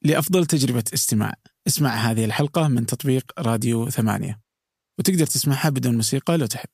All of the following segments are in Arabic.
لأفضل تجربة استماع. اسمع هذه الحلقة من تطبيق راديو 8، وتقدر تسمعها بدون موسيقى لو تحب.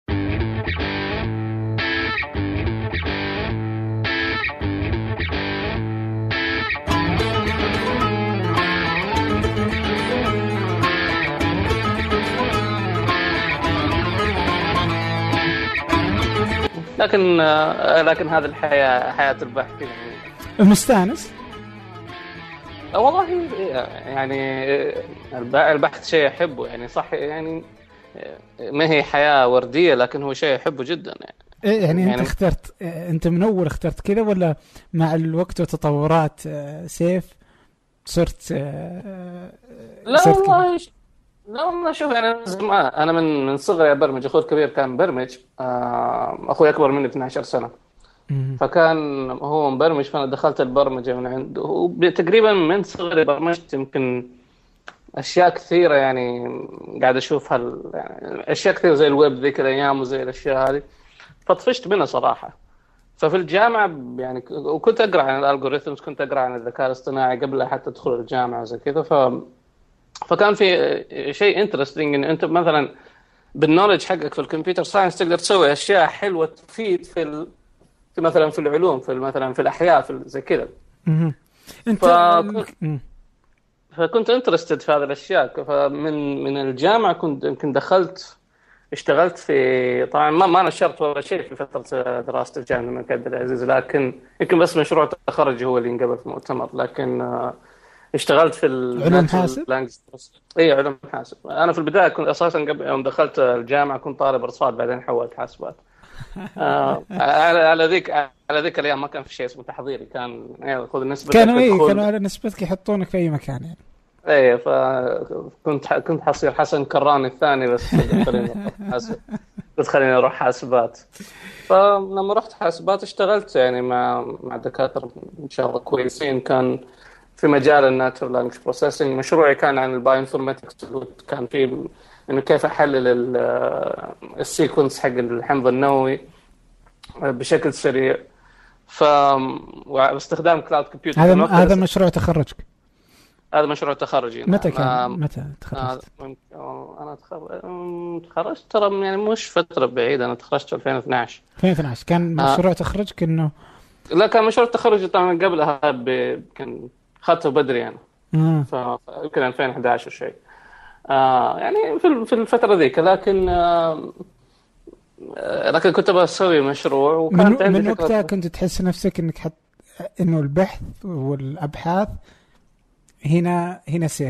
لكن هذه الحياة حياة البحث المستانس. والله يعني البحث شيء أحبه، يعني صح، يعني ما هي حياة وردية لكن هو شيء أحبه جدا يعني أنت اخترت، أنت من أول اخترت كذا ولا مع الوقت وتطورات سيف صرت لا والله لا شوف، يعني أنا من صغري أبرمج. أخوي الكبير كان مبرمج، أخوي أكبر مني 12 سنة، فكان هو مبرمج، فأنا دخلت البرمجة من عنده. تقريبا من صغري برمجت، يمكن أشياء كثيرة يعني قاعد أشوفها، يعني أشياء كثيرة زي الويب ذيك الأيام وزي الأشياء هذه، فطفشت منها صراحة. ففي الجامعة يعني وكنت أقرأ عن الألغوريثمز، كنت أقرأ عن الذكاء الاصطناعي قبل حتى أدخل الجامعة وزي كذا. فكان في شيء انترستينج إن أنت مثلا بالنولج حقك في الكمبيوتر ساينس تقدر تسوي أشياء حلوة تفيد في مثلا في العلوم، مثلا في الأحياء، في زي كذا. فكنت انترستد في هذه الأشياء. فمن الجامعة كنت يمكن اشتغلت في، طبعا ما نشرت ولا شيء في فترة دراسة الجامعة من عبد العزيز، لكن يمكن بس مشروع التخرج هو اللي انقبل في المؤتمر. لكن اشتغلت في علوم حاسب. اي علوم حاسب. انا في البداية كنت اساسا قبل يوم دخلت الجامعة كنت طالب ارصاد، بعدين حولت حاسبات. على ذيك الايام ما كان في شيء اسمه تحضيري، كان يعني خذ نسبتك، كانوا على نسبتك يحطونك في اي مكان يعني. ايه، كنت حصير حسن كراني الثاني، بس خليني اروح حاسبات. فلما رحت حاسبات اشتغلت يعني مع دكاتره ان شاء الله كويسين، كان في مجال الناتشورال لانجويج بروسيسنج. مشروعي كان عن البايوانفورماتكس، كان في انه كيف احلل السيكونس حق الحمض النووي بشكل سريع، باستخدام كلاود كمبيوتر. هذا مشروع تخرجك؟ هذا مشروع تخرجي. متى كان؟ متى تخرجت؟ أنا تخرجت ترى يعني مش فترة بعيدة، أنا تخرجت 2012. كان مشروع تخرجك إنه؟ لا، كان مشروع التخرج طبعا قبلها كان خدته بدري يعني. فيمكن 2011 شيء. يعني في الفترة ذيك، لكن كنت بسوي مشروع، وكانت عندي من وقتها كنت تحس نفسك إنك إنه البحث والأبحاث هنا سيف؟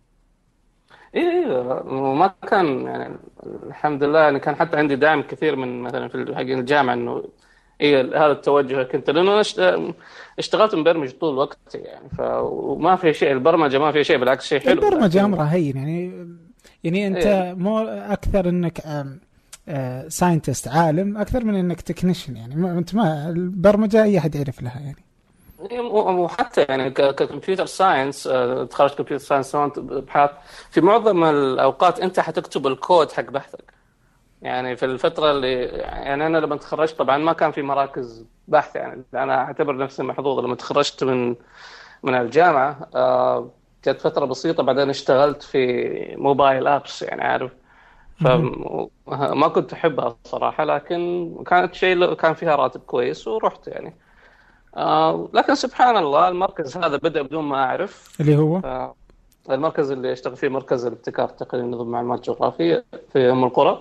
إيه، وما كان يعني الحمد لله يعني كان حتى عندي دعم كثير من مثلا في حق الجامعة إنه هذا التوجه كنت، لأنه أنا اشتغلت مبرمج طول الوقت يعني. وما في شيء، البرمجة ما في شيء، بالعكس شيء حلو. البرمجة أمرها هين يعني أنت مو أكثر إنك ساينتست عالم أكثر من إنك تكنيشن يعني. أنت ما البرمجة أي أحد يعرف لها يعني. وحتى يعني ككمبيوتر ساينس، تخرجت كمبيوتر ساينس سواء بحث، في معظم الأوقات أنت حتكتب الكود حق بحثك. يعني في الفترة اللي يعني أنا لما تخرجت طبعا ما كان في مراكز بحث، يعني أنا أعتبر نفسي محظوظ لما تخرجت من الجامعة. كانت فترة بسيطة، بعدين اشتغلت في موبايل أبس يعني، عارف. فما كنت أحبها صراحة، لكن كانت شيء كان فيها راتب كويس ورحت يعني. لكن سبحان الله المركز هذا بدأ بدون ما أعرف، اللي هو المركز اللي اشتغل فيه مركز الابتكار التقني لنظم معلومات جغرافية في أم القرى.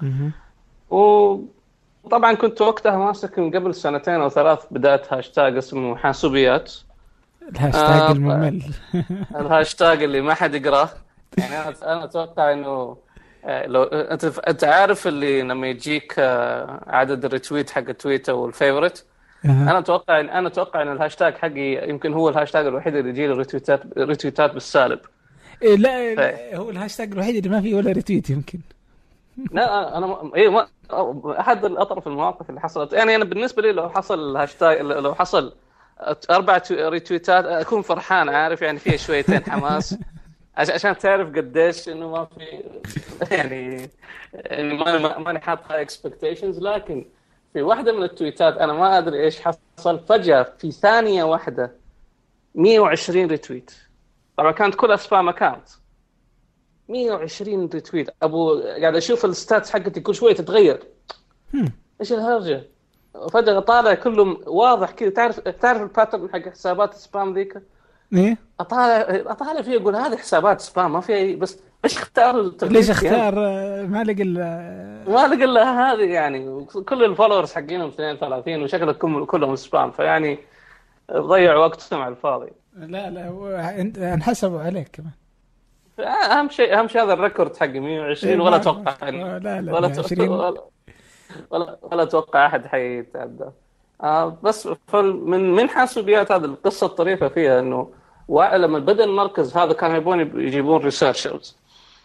وطبعا كنت وقتها ماسك من قبل 2 أو 3 بدأت هاشتاج اسمه حاسوبيات. الهاشتاج الممل. الهاشتاج اللي ما حد يقراه يعني. أنا أتوقع إنه لو أنت عارف اللي لما يجيك عدد الريتويت حق التويتر والفيفوريت، أنا أتوقع إن الهاشتاج حقي يمكن هو الهاشتاج الوحيد اللي يجي له ريتويتات بالسالب. لا هو الهاشتاج الوحيد اللي ما فيه ولا ريتويت يمكن. لا أنا ما أحد الأطرف المواقف اللي حصلت يعني. أنا بالنسبة لي لو حصل هاشتاج، لو حصل 4 ريتويتات أكون فرحان، عارف يعني، فيه شويتين حماس عشان تعرف قديش إنه ما في يعني ماني حاط high expectations. لكن في واحدة من التويتات أنا ما أدري إيش حصل، فجأة في ثانية واحدة 120 ريتويت. طبعا كانت كلها سبام اكاونت. 120 ريتويت. ابو قاعد اشوف الستاتس حقتي كل شويه تتغير. ايش الهرجه؟ فجاه طالع كله واضح كذا. تعرف الباترن حق حسابات السبام ذيك؟ ايه اطالع فيه اقول هذه حسابات سبام ما في اي. بس ايش اختار؟ ليش اختار؟ ما لقى الا هذه يعني. كل الفولورز حقينهم 32 وشكلهم كلهم سبام. فيعني ضيع وقتهم على الفاضي. لا انحسبوا عليك كمان. اهم شيء هذا الريكورد حقي 120. ولا اتوقع لا 20 ولا اتوقع احد حيتعدى. بس من حاسوبيات هذه القصه الطريفه فيها انه لما بدا المركز هذا كانوا يبون يجيبون ريسيرشرز.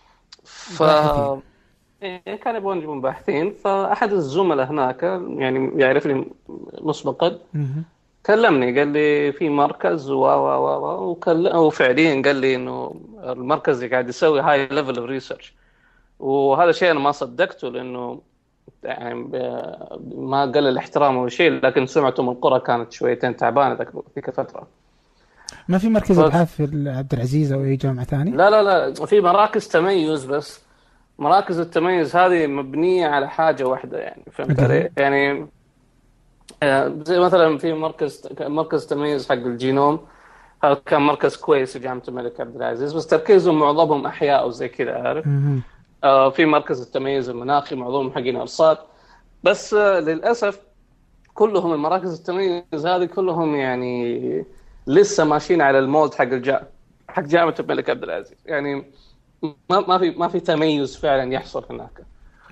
كانوا يبون يجيبون باحثين. فاحد الزملاء هناك يعني يعرفني مسبقا كلمني قال لي في مركز وفعليا قال لي انه المركز قاعد يسوي هاي ليفل اوف ريسيرش. وهذا شيء انا ما صدقته لانه يعني ما قلل احترامه ولا شيء. لكن سمعته من القرى كانت شويتين تعبانه ذيك الفتره. ما في مركز ابحاث في عبد العزيز او اي جامعه ثانيه؟ لا في مراكز تميز. بس مراكز التميز هذه مبنيه على حاجه واحده يعني. فهمت علي؟ يعني زي مثلا في مركز تميز حق الجينوم. هذا كان مركز كويس في جامعه الملك عبد العزيز بس تركيزهم معظمهم احياء وزي كذا عارف. في مركز التميز المناخي معظمهم حقين ارصاد. بس للاسف كلهم المراكز التميز هذه كلهم يعني لسه ماشيين على المولد حق جامعه الملك عبد العزيز. يعني ما في تميز فعلا يحصل هناك.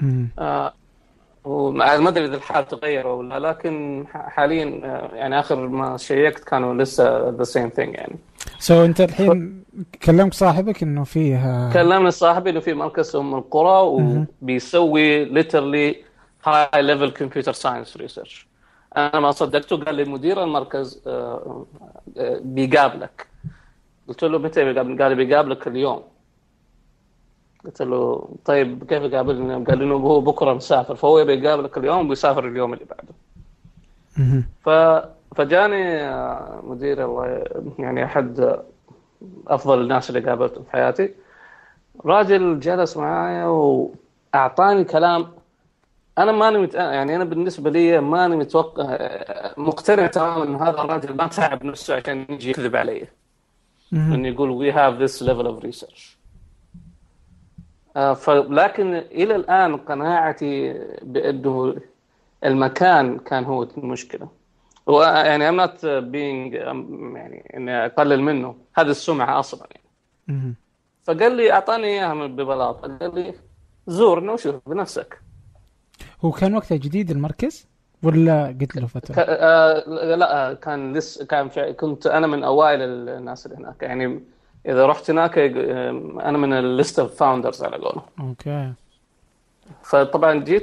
وما ادري اذا الحال تغير ولا. لكن حاليا يعني اخر ما شيكت كانوا لسه the same thing يعني. انت الحين كلمت صاحبك انه فيه؟ كلمني صاحبي انه في مركز القرى وبيسوي literally high level computer science research. انا ما صدقته. قال لي مدير المركز بيقابلك. قلت له متى بيقابلك؟ قال لي بيقابلك اليوم. قلت له طيب كيف يقابلني؟ قال لي انه هو بكره مسافر فهو يبي يقابلك اليوم ويسافر اليوم اللي بعده. فجاني مدير الله يعني احد افضل الناس اللي قابلتهم في حياتي. راجل جلس معايا واعطاني كلام انا ماني يعني انا بالنسبه لي ماني مقتنع تماما ان هذا الراجل ما تعب نفسه عشان يجي يكذب علي انه يقول we have this level of research. لكن إلى الآن قناعتي بأنه المكان كان هو المشكلة. يعني I'm not being يعني إني أقلل منه. هذه السمعة أصلا يعني. فقال لي أعطاني إياها ببلاطة. قال لي زورنا وشوف بنفسك. هو كان وقتها جديد المركز ولا قلت له فترة؟ لا كان كنت أنا من أوائل الناس اللي هناك يعني. إذا رحت هناك أنا من الليست اوف فاوندرز على قولهم. أوكي. فطبعا جيت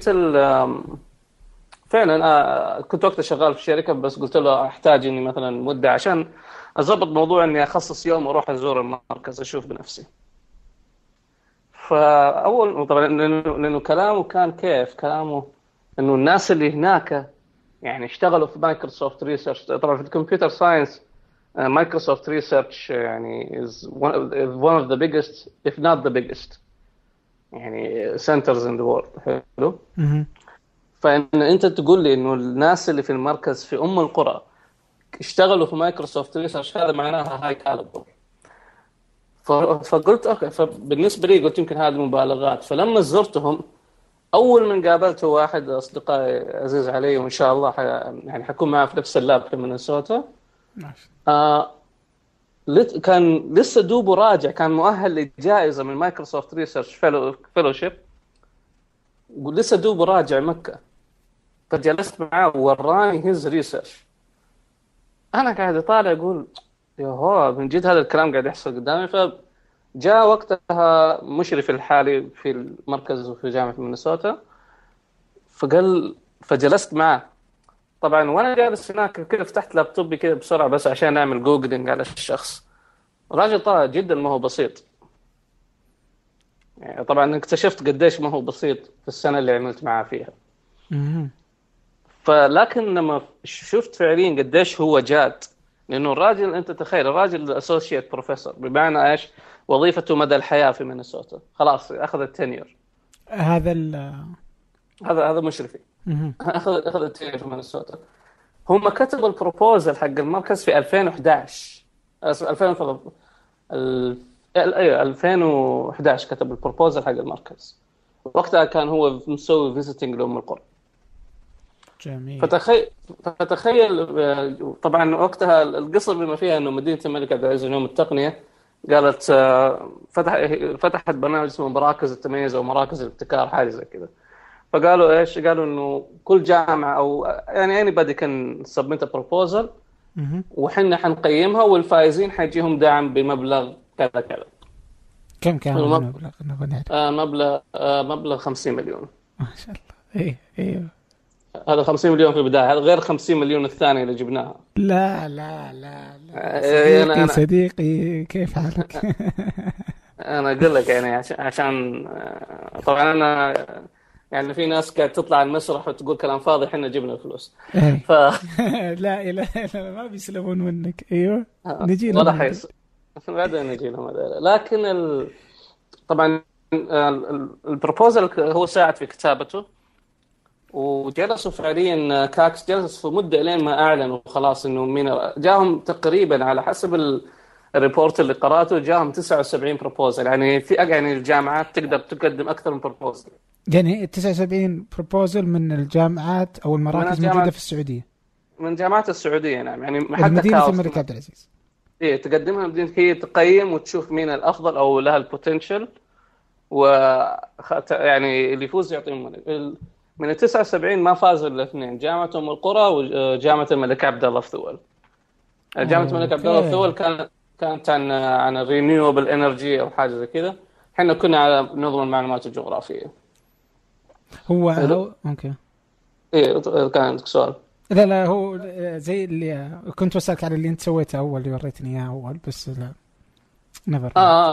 فعلا كنت وقتها شغال في الشركة بس قلت له أحتاج إني مثلا مدة عشان أضبط موضوع إني أخصص يوم وأروح أزور المركز أشوف بنفسي. فأول طبعا لأنه كلامه كان كلامه إنه الناس اللي هناك يعني اشتغلوا في مايكروسوفت ريسيرش. طبعا في الكمبيوتر ساينس Microsoft Research يعني is one of the biggest if not the biggest يعني centers in the world. حلو. فإن أنت تقول لي إنه الناس اللي في المركز في القرى اشتغلوا في مايكروسوفت ريسيرش هذا معناها هاي كالبر. فقلت أوكي. فبالنسبة لي قلت يمكن هذه مبالغات. فلما زرتهم أول من قابلته واحد أصدقائي عزيز علي وإن شاء الله يعني حكون معه في نفس اللاب في مينيسوتا. كان لسه دوبه راجع. كان مؤهل لجائزة من مايكروسوفت ريسيرش فيلوشيب ولسه دوبه راجع مكة. فجلست معاه ووراني هيز ريسيرش. أنا قاعد أطالع أقول ياهو من جد هذا الكلام قاعد يحصل قدامي. فجاء وقتها مشرف الحالي في المركز في جامعة مينيسوتا فجلست معاه. طبعا وانا جالس هناك كذا فتحت لابتوبي كذا بسرعه بس عشان اعمل جوجلينج على الشخص. الراجل طلع جدا ما هو بسيط يعني. طبعا اكتشفت قديش ما هو بسيط في السنه اللي عملت معاه فيها. فلكن لما شفت فعليا قديش هو جاد لانه الراجل، انت تخيل الراجل اسوشيت بروفيسور، بمعنى ايش؟ وظيفته مدى الحياه في مينيسوتا، خلاص اخذ التنير. هذا هذا مشرفي. مهم. اخذ التنير في مينيسوتا. هم كتبوا البروبوزل حق المركز في 2011، 2013، ايوه 2011 كتب البروبوزل حق المركز. وقتها كان هو مسوي فيزيتنج لأم القرى. جميل. فتخيل طبعا وقتها القصة بما فيها انه مدينة الملك عبد العزيز اليوم التقنية قالت فتحت برنامج اسمه مراكز التميز او مراكز الابتكار، حاجة زي كذا. فقالوا ايش؟ قالوا انه كل جامعة او يعني anybody كان سبمنت بروبوزل، وحنا حنقيمها، والفائزين حيجيهم دعم بمبلغ كذا كذا. كم كان المبلغ؟ مبلغ 50 مليون. ما شاء الله. ايوه هذا 50 مليون في البداية، هذا غير 50 مليون الثانية اللي جبناها. لا لا لا لا صديقي صديقي كيف حالك؟ أنا أقول لك يعني عشان طبعا أنا يعني في ناس قاعد تطلع على المسرح وتقول كلام فاضي، حنا جبنا الفلوس. لا إله إلا الله، ما بيسلمون منك. أيوه نجي لهم. ولا حيصير بعدين نجي لهم هذول. لكن طبعا البروبوزل هو ساعد في كتابته، وجلسوا فعليا كاكس جلس في مدة لين ما أعلنوا خلاص إنه مين جاهم. تقريبا على حسب الريبورت اللي قرأته جاهم 79 بروبوزل. يعني في يعني الجامعات تقدر تقدم أكثر من بروبوزل. يعني 79 بروبوزل من الجامعات أو المراكز موجودة في السعودية، من جامعات السعودية. نعم يعني حتى مدينة الملك عبد العزيز. إيه تقدمها مدينة، هي تقيم وتشوف مين الأفضل أو لها البوتنشل، يعني اللي يفوز يعطيهم من ال 79 ما فازوا الا اثنين، جامعة أم القرى وجامعة الملك عبد الله الثول. جامعة الملك عبد الله الثول كانت عن الرينيوبل انرجي او حاجة زي كذا. احنا كنا على نظم المعلومات الجغرافية. هو اوكي. ايه كان عندك سؤال؟ لا هو زي اللي كنت بسألك على اللي انت سويته اول، اللي وريتني اياه اول، بس لا نيفر.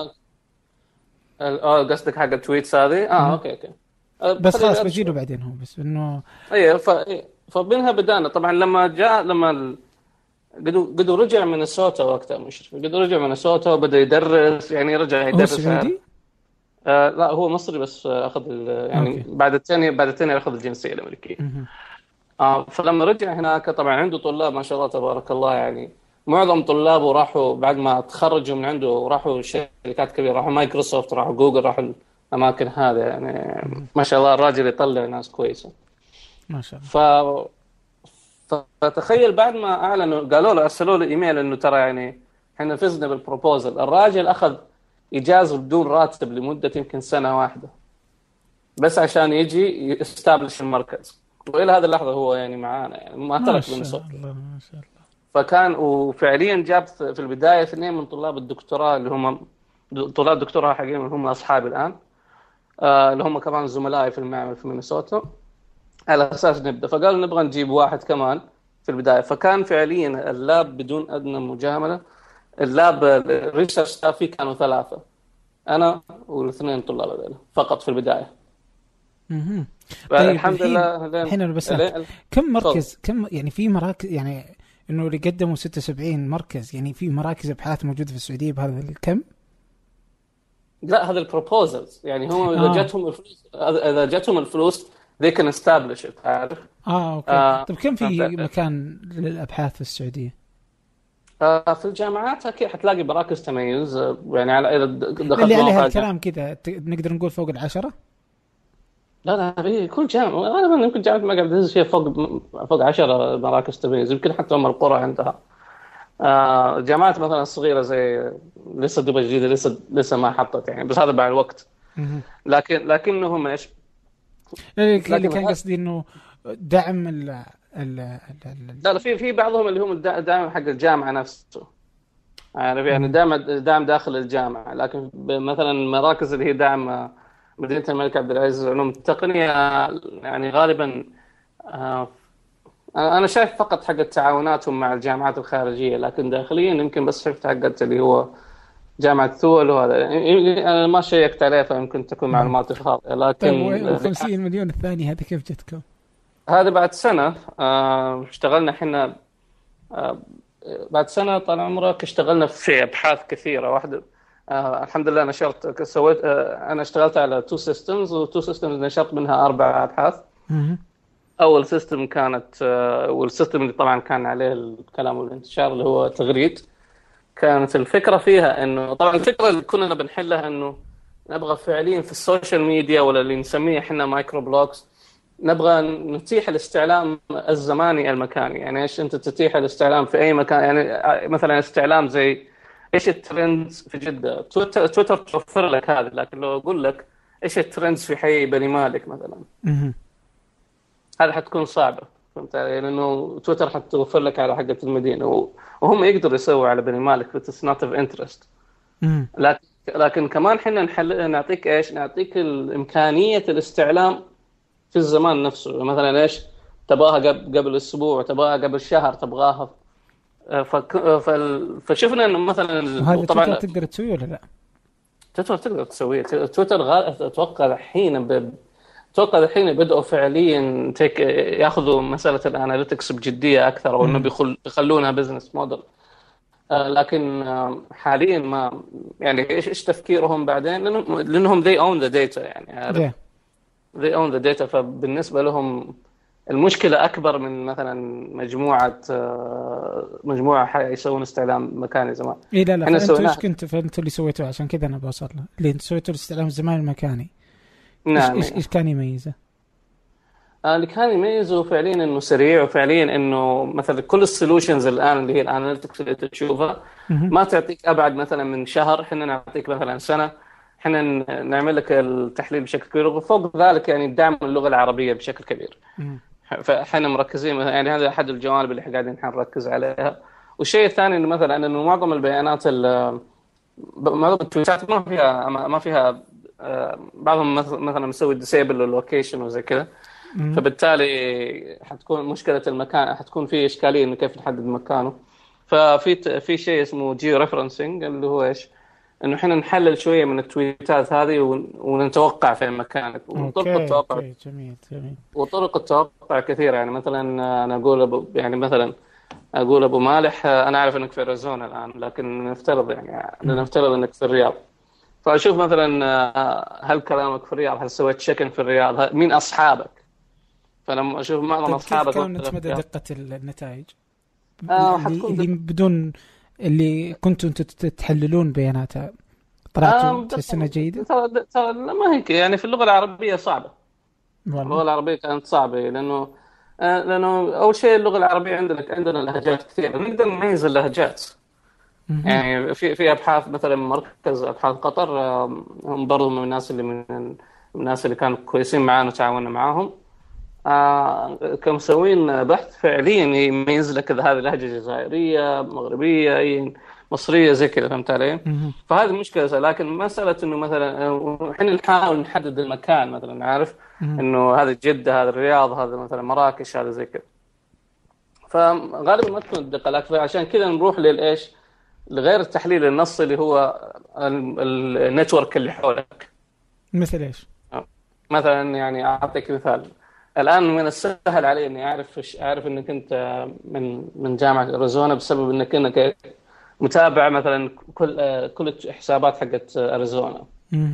قصدك حق التويتس هذه؟ اوكي بس خلاص بجيله بعدين. هو بس انه ايه فمنها بدانا. طبعا لما قدوا رجع من السوتا وقتها مشرف، قدوا رجع من السوتا وبدا يدرس، يعني رجع يدرس. سعودي؟ لا هو مصري بس اخذ يعني أوكي. بعد الثاني اخذ الجنسيه الامريكيه. فلما رجع هناك طبعا عنده طلاب ما شاء الله تبارك الله. يعني معظم طلابه راحوا بعد ما تخرجوا من عنده وراحوا شركات كبيره، راحوا مايكروسوفت، راحوا جوجل، راحوا الاماكن هذه. يعني ما شاء الله الراجل يطلع ناس كويسه ما شاء الله. فتخيل بعد ما اعلنوا قالوا له، ارسلوا له ايميل انه ترى يعني احنا فزنا بالبروبوزل. الراجل اخذ اجازه بدون راتب لمده يمكن سنه واحده بس عشان يجي يستابلش المركز. والى هذه اللحظه هو يعني معانا، يعني ما ترك من صوت. ما شاء الله. فكان وفعليا جاب في البدايه اثنين من طلاب الدكتوراه اللي هم طلاب دكتوراه حقيقيين هم اصحابي الان، اللي هم كمان زملائي في المعمل في مينيسوتا، على اساس نبدا. فقالوا نبغى نجيب واحد كمان في البدايه. فكان فعليا اللاب بدون ادنى مجامله، اللاب الريسيرش ستاف فيه كانوا 3، انا والاثنين طلاب هذول فقط في البدايه. طيب الحمد لله. الحين انا بسألك كم مركز كم يعني في مراكز، يعني انه اللي قدموا 76 مركز، يعني في مراكز ابحاث موجوده في السعوديه بهذا الكم؟ لا هذا البروبوزلز، يعني هم اذا جتهم الفلوس، اذا جتهم الفلوس they can establish it. عارف؟ اوكي. طيب كم في مكان للابحاث في السعوديه؟ في الجامعات اكيد حتلاقي مراكز تميز، يعني على اذا دخلت اللي عليها الكلام كذا نقدر نقول فوق 10. لا في كل جامعه غالبا يمكن جامعه الملك عبد العزيز فيها فوق 10 مراكز تميز، يمكن حتى ام القرى عندها. جامعات مثلا صغيره زي لسه دبي الجديده لسه ما حطت يعني، بس هذا بعد الوقت. لكنهم ايش اللي كان قصدي انه دعم لا في بعضهم اللي هم الدعم حق الجامعه نفسه، يعني دعم داخل الجامعه. لكن مثلا المراكز اللي هي دعم مدينه الملك عبد العزيز للعلوم التقنيه، يعني غالبا انا شايف فقط حق تعاوناتهم مع الجامعات الخارجيه، لكن داخليا يمكن بس شفت حقت اللي هو جامعة ثول. وهذا انا ما شيكت عليه فيمكن تكون معلوماتي خاطئه. لكن 50 مليون الثاني هذا كيف جتكم؟ هذا بعد سنه اشتغلنا احنا بعد سنة طال عمرك اشتغلنا في أبحاث كثيرة. واحدة الحمد لله نشرت سويت أنا اشتغلت على 2 systems، و 2 systems نشرت منها 4 أبحاث. أول سيستم كانت والسيستم اللي طبعا كان عليه الكلام والانتشار اللي هو تغريد. كانت الفكرة فيها إنه طبعا الفكرة اللي كنا بنحلها إنه نبغى فعليا في السوشيال ميديا ولا اللي نسميه إحنا مايكرو بلوجز، نبغى نتيح الاستعلام الزماني المكاني. يعني إيش أنت تتيح الاستعلام في أي مكان. يعني مثلا استعلام زي إيش الترندز في جدة، تويتر توفر لك هذا، لكن لو أقول لك إيش الترندز في حي بني مالك مثلا، هذا حتكون صعبة. فهمت علي؟ لأنه تويتر حتوفر لك على حقة المدينة، وهم يقدروا يسووا على بني مالك في تصنيف انترست. لكن كمان حنا نعطيك إيش، نعطيك الإمكانية الاستعلام في الزمان نفسه. مثلا إيش تبغاها قبل أسبوع، تبغاها قبل شهر، تبغاها فشفنا إنه مثلا وهذا طبعا تقدر تسويه ولا لا؟ تويتر تقدر تسويه. تويتر أتوقع الحين بدأوا فعليا ياخذوا مسألة الاناليتكس بجدية أكثر، وإنه بيخلونها بزنس موديل. لكن حاليا ما يعني إيش تفكيرهم بعدين، لأنهم they own the data، يعني عارف they own the data. فبالنسبة لهم المشكلة أكبر من مثلا مجموعة يسوون استعلام مكاني زمان. إيه لا فأنتوا إيش كنتوا اللي سويتوا؟ عشان كذا أنا بوصل له اللي أنتوا سويتوا الاستعلام الزمان المكاني. نعم. إيش كان يميزه؟ اللي كان يميزه فعليا انه سريع، وفعليا انه مثلا كل السولوشنز الان اللي هي الاناليتكس اللي تشوفها ما تعطيك ابعد مثلا من شهر، احنا نعطيك مثلا سنه، احنا نعمل لك التحليل بشكل كبير، وفوق ذلك يعني دعم اللغه العربيه بشكل كبير. فاحنا مركزين يعني هذا احد الجوانب اللي احنا قاعدين نركز عليها. والشيء الثاني انه مثلا انه معظم البيانات معظم التويتات ما فيها بعضهم مثلا مسوي ديسيبل للوكيشن وزي كذا، فبالتالي حتكون مشكلة المكان، حتكون في إشكالية إنه كيف نحدد مكانه. في شيء اسمه جيو ريفرنسينج، اللي هو إيش، إنه إحنا نحلل شوية من التويتات هذه ونتوقع في مكانك. وطرق التوقع جميل. وطرق التوقع كثيرة. يعني مثلا أنا أقول يعني أقول أبو مالح أنا أعرف إنك في أريزونا الآن، لكن نفترض إنك في الرياض. فأشوف مثلا هل كلامك في الرياض، هل سويت شكل في الرياض، مين أصحابك. فلما أشوف معظم أصحابك كيف كانت مدى دقة النتائج اللي بدون اللي كنتوا تحللون بياناتها؟ طلعتوا تحس انها جيدة؟ ترى ما هيك يعني. في اللغة العربية صعبة اللغة العربية كانت صعبة، لأنه أول شيء اللغة العربية عندنا لهجات كثيرة، نقدر نميز اللهجات. يعني في أبحاث مثلا مركز أبحاث قطر، هم برضو من الناس اللي كانوا كويسين معانا وتعاوننا معاهم. كانوا مسوين بحث فعليا يميز لك إذا هذه لهجة جزائرية، مغربية، أي مصرية زي كذا. فهمت علي؟ فهذه مشكلة. لكن مسألة إنه مثلا إحنا نحاول نحدد المكان، مثلا عارف إنه هذا جدة، هذا الرياض، هذا مثلا مراكش، هذا زي كذا. فغالبا ما تكون الدقة، لكن عشان كذا نروح للإيش، لغير التحليل النصي اللي هو النتورك اللي حولك. مثل إيش؟ مثلا يعني أعطيك مثال. الآن من السهل علي إني أعرف إنك أنت من جامعة أريزونا بسبب إنك متابع مثلا كل حسابات حقت أريزونا.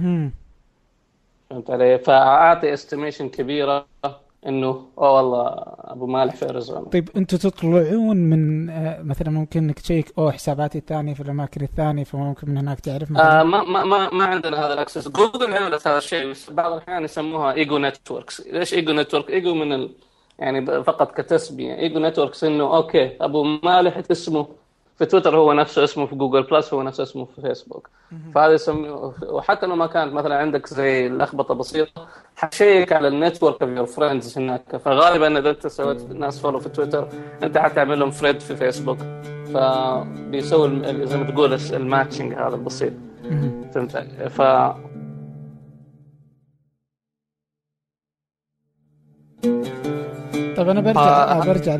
فهمت علي؟ فأعطي استيميشن كبيرة إنه والله أبو مالح في أريزونا. طيب أنتوا تطلعون من مثلا ممكن إنك تشيك حساباتي الثانية في الأماكن الثانية، فممكن من هناك تعرف مثلا ما عندنا هذا الأكسس. جوجل عملت هذا الشيء، بعض الأحيان يسموها إيجو نتوركس. ليش إيجو نتورك؟ إيجو يعني فقط كتسمية. إيجو نتوركس إنه أوكي أبو مالح اسمه في تويتر هو نفسه اسمه في جوجل بلس، هو نفسه اسمه في فيسبوك. فهذا يسميه. وحتى لو ما كانت مثلا عندك زي لخبطة بسيطة، حتشيك على النتورك اوف يور فريندز هناك. فغالبا إذا أنت سويت ناس فولو في تويتر، أنت حتعمل لهم فريند في فيسبوك، فبيسوي زي ما تقول الماتشنج هذا البسيط. فهمت؟ طب أنا برجع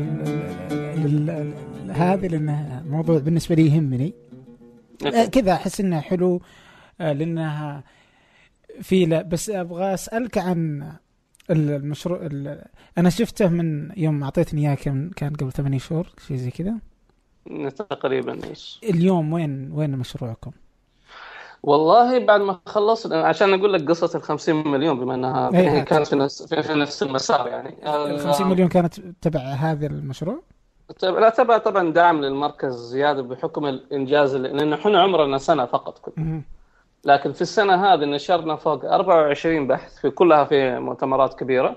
هذا، لأنه موضوع بالنسبة لي يهمني كذا، أحس إنه حلو لأنها بس أبغى أسألك عن المشروع. أنا شفته من يوم أعطيتني إياه، كان قبل 8 شهور شيء زي كذا. تقريبا. اليوم وين مشروعكم؟ والله بعد ما خلصنا، عشان أقول لك قصة 50 مليون بما أنها كانت في نفس المسار يعني. 50 مليون كانت تبع هذا المشروع؟ لا، تبع طبعا دعم للمركز زيادة بحكم الإنجاز، لأنه إحنا عمرنا سنة فقط كنا. لكن في السنة هذه نشرنا فوق 24 بحث كلها في مؤتمرات كبيرة.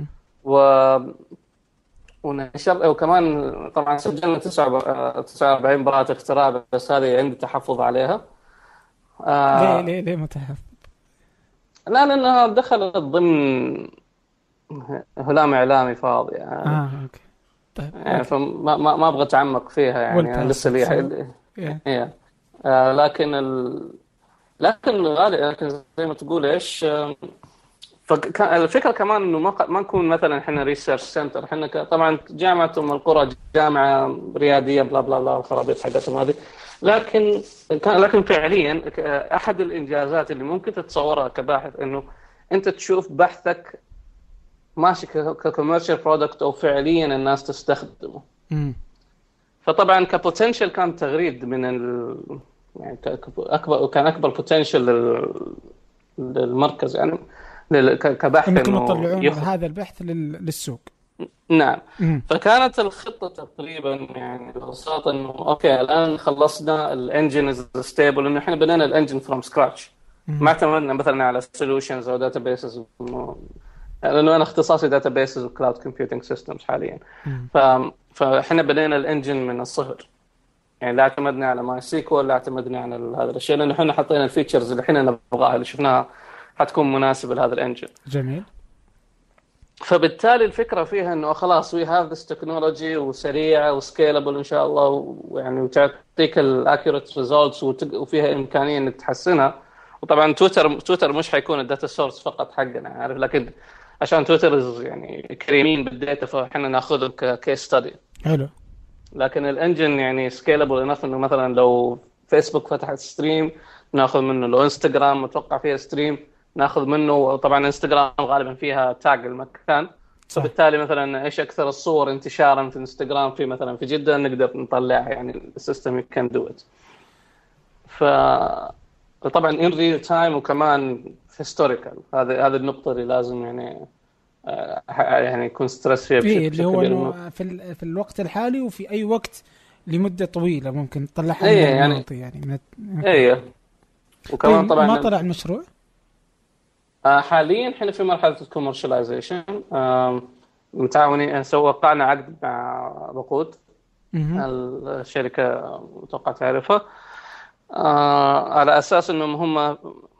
ونشر، وكمان طبعا سجلنا 49 براءة اختراع، بس هذه عندي تحفظ عليها. ليه متحفظ؟ لا، لأنها دخلت ضمن هلام إعلامي فاضي يعني. أوكي. طيب. يعني فما أبغى أتعمق فيها يعني لسه لي. لكن غالي، لكن زي ما تقول إيش. الفكرة كمان إنه ما نكون مثلا إحنا ريسيرش سنتر. إحنا طبعا جامعة أم القرى جامعة ريادية بلا بلا بلا الخرابيط حقتهم هذه. لكن فعليا أحد الإنجازات اللي ممكن تتصورها كباحث إنه أنت تشوف بحثك ماشي ككوميرشال برودكت أو فعليا الناس تستخدمه. فطبعا كبوتنشل كان تغريد من يعني كان أكبر بوتنشل للمركز يعني كبحث انكم تطلعون هذا البحث للسوق. نعم. فكانت الخطة تقريبا يعني ببساطة انه اوكي الان خلصنا الانجن از ستيبل، انه احنا بنينا الانجن فروم سكراتش، ما اعتمدنا مثلا على سوليوشنز او داتابيسز، لانه انا اختصاصي داتابيسز وكلاود كومبيوتنج سيستمز حاليا. فاحنا بنينا الانجن من الصفر، يعني لا اعتمدنا على ماي سيكوال، لا اعتمدنا على هذا الشيء، لانه احنا حطينا الفيتشرز اللي احنا نبغاها اللي شفناها حتكون مناسبة لهذا الانجن. جميل. فبالتالي الفكرة فيها انه خلاص we have this technology وسريعة وسكيلبل ان شاء الله، ويعني وتعطيك الاكيوريت ريزولتس وفيها امكانية انك تحسنها. وطبعا تويتر مش حيكون الداتا سورس فقط حقنا، عارف، لكن عشان تويتر يعني كريمين بالداتا فاحنا ناخذه ككيس ستادي. حلو. لكن الانجن يعني سكيلبل انف انه مثلا لو فيسبوك فتحت ستريم ناخذ منه، لو انستغرام متوقع فيها ستريم ناخذ منه. طبعا انستغرام غالبا فيها تاج المكان، فبالتالي مثلا ايش اكثر الصور انتشارا في انستغرام في مثلا في جدة نقدر نطلعها، يعني السيستم كان دو ات. فطبعا ان ريل تايم وكمان هيستوريكال، هذه النقطه اللي لازم يعني يكون ستريس فيها بشكل اللي هو انه في الوقت الحالي وفي اي وقت لمده طويله ممكن تطلعها يعني وكمان طبعا ما طلع المشروع حاليا احنا في مرحله الكوميرشاليزيشن، متعاونين، وقعنا عقد مع بقود الشركه متوقع تعرفها، على اساس انهم هم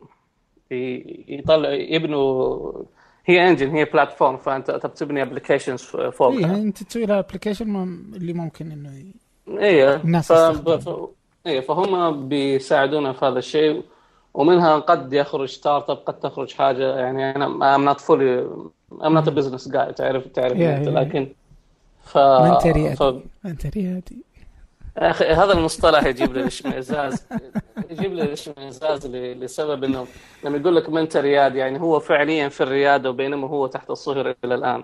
يبنوا، هي انجن، هي بلاتفورم، فانت تبني ابلكيشنز فوق. انت تسوي لها ابلكيشن اللي ممكن انه الناس فهم بيساعدونا في هذا الشيء، ومنها قد يخرج ستارت اب، قد تخرج حاجه، يعني انا I'm not a business guy، تعرف لكن انت ريادي اخي، هذا المصطلح يجيب لي الاشمئزاز لسبب انه لما يقول لك من انت ريادي يعني هو فعليا في الرياده، وبينما هو تحت الصهر الى الان.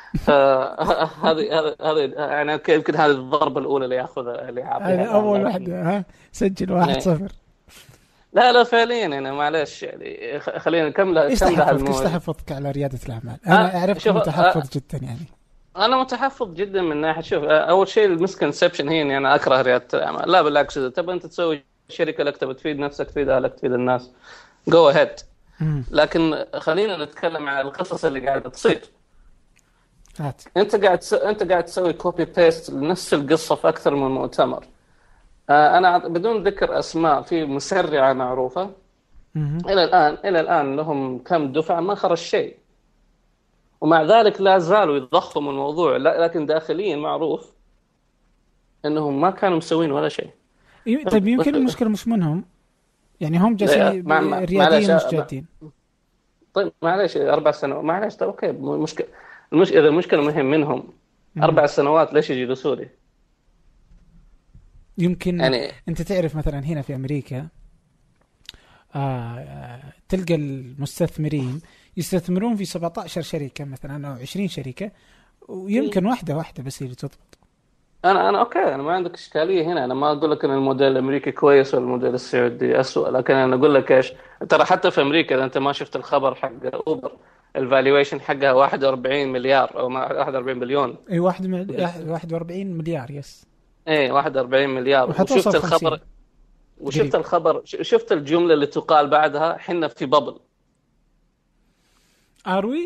هذه يعني يمكن هذه الضربه الاولى اللي ياخذها اللي هذا اول واحده. سجل 1-0. لا فعليا انا معلش يعني خلينا نكمل ايش تحفظك على رياده الاعمال؟ انا اعرفك متحفظ جدا يعني. انا متحفظ جدا من ناحيه، شوف، اول شيء المسكونسبشن هي اني انا اكره رياده الاعمال. لا بالعكس، اذا تبغى انت تسوي شركه لك تبغى تفيد نفسك، تفيد اهلك، تفيد الناس، جو اهيد. لكن خلينا نتكلم عن القصص اللي قاعده تصير. انت قاعد تسوي كوبي بيست لنفس القصه في اكثر من مؤتمر. انا بدون ذكر اسماء، في مسرعه معروفه الى الان لهم كم دفعه ما خرج شيء، ومع ذلك لا زالوا يضخموا الموضوع، لكن داخليا معروف انهم ما كانوا مسوين ولا شيء. طيب يمكن المشكله مش منهم، يعني هم جالسين رياديين مش جادين. طيب معليش 4 سنوات، معليش طيب اوكي، اذا المشكله مهم منهم 4 سنوات ليش يجلسوا لي؟ يمكن يعني انت تعرف مثلا هنا في امريكا تلقى المستثمرين يستثمرون في 17 شركه مثلا او 20 شركه، ويمكن واحده بس اللي تضبط. انا اوكي، انا ما عندك اشكاليه هنا. انا ما اقول لك ان الموديل الامريكي كويس والموديل السعودي اسوء، لكن انا اقول لك ايش، ترى حتى في امريكا اذا انت ما شفت الخبر حق اوبر، الفالويشن حقها 41 مليار او 41 بليون. اي 41 مليار يس. ايه 41 مليار. وحتوصل وشفت 50 الخبر، وشفت قريب. الخبر، شفت الجمله اللي تقال بعدها، حنا في بابل. اروي.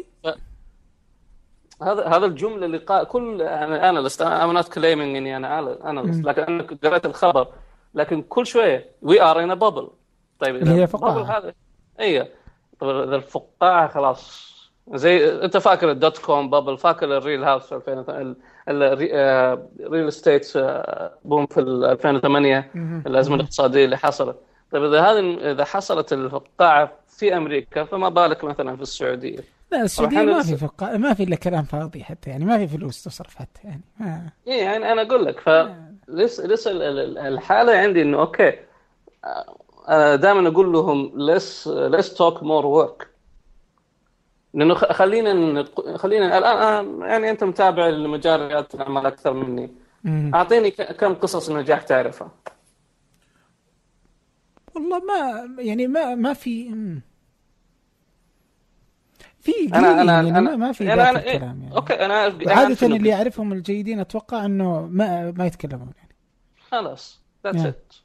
هذا الجمله اللي قال كل انا لست I'm not claiming اني انا لكن انا قرأت الخبر، لكن كل شويه we are in a bubble. طيب اللي اذا هي بابل فقاعة. هذا، اي طيب اذا الفقاعه خلاص، زي انت فاكر الدوت كوم بابل، فاكر الريل هاوس 2000، الريل استيت بوم في 2008، الازمه الاقتصاديه اللي حصلت. طيب اذا حصلت الفقاعه في امريكا، فما بالك مثلا في السعوديه. لا السعودية ما في ما في إلا كلام فاضي حتى، يعني ما في فلوس تصرف حتى يعني ايه يعني انا اقول لك، لسه الحاله عندي انه اوكي، انا دائما اقول لهم let's talk more work. لانه خلينا الان يعني انت متابع لمجال رياده الاعمال اكثر مني، اعطيني كم قصص نجاح تعرفها. والله ما يعني ما في انا قليلين انا يعني انا ما في يعني ذاك انا إيه؟ الكلام يعني. اوكي انا وعادة اللي يعرفهم الجيدين اتوقع انه ما يتكلمون يعني. خلاص that's it.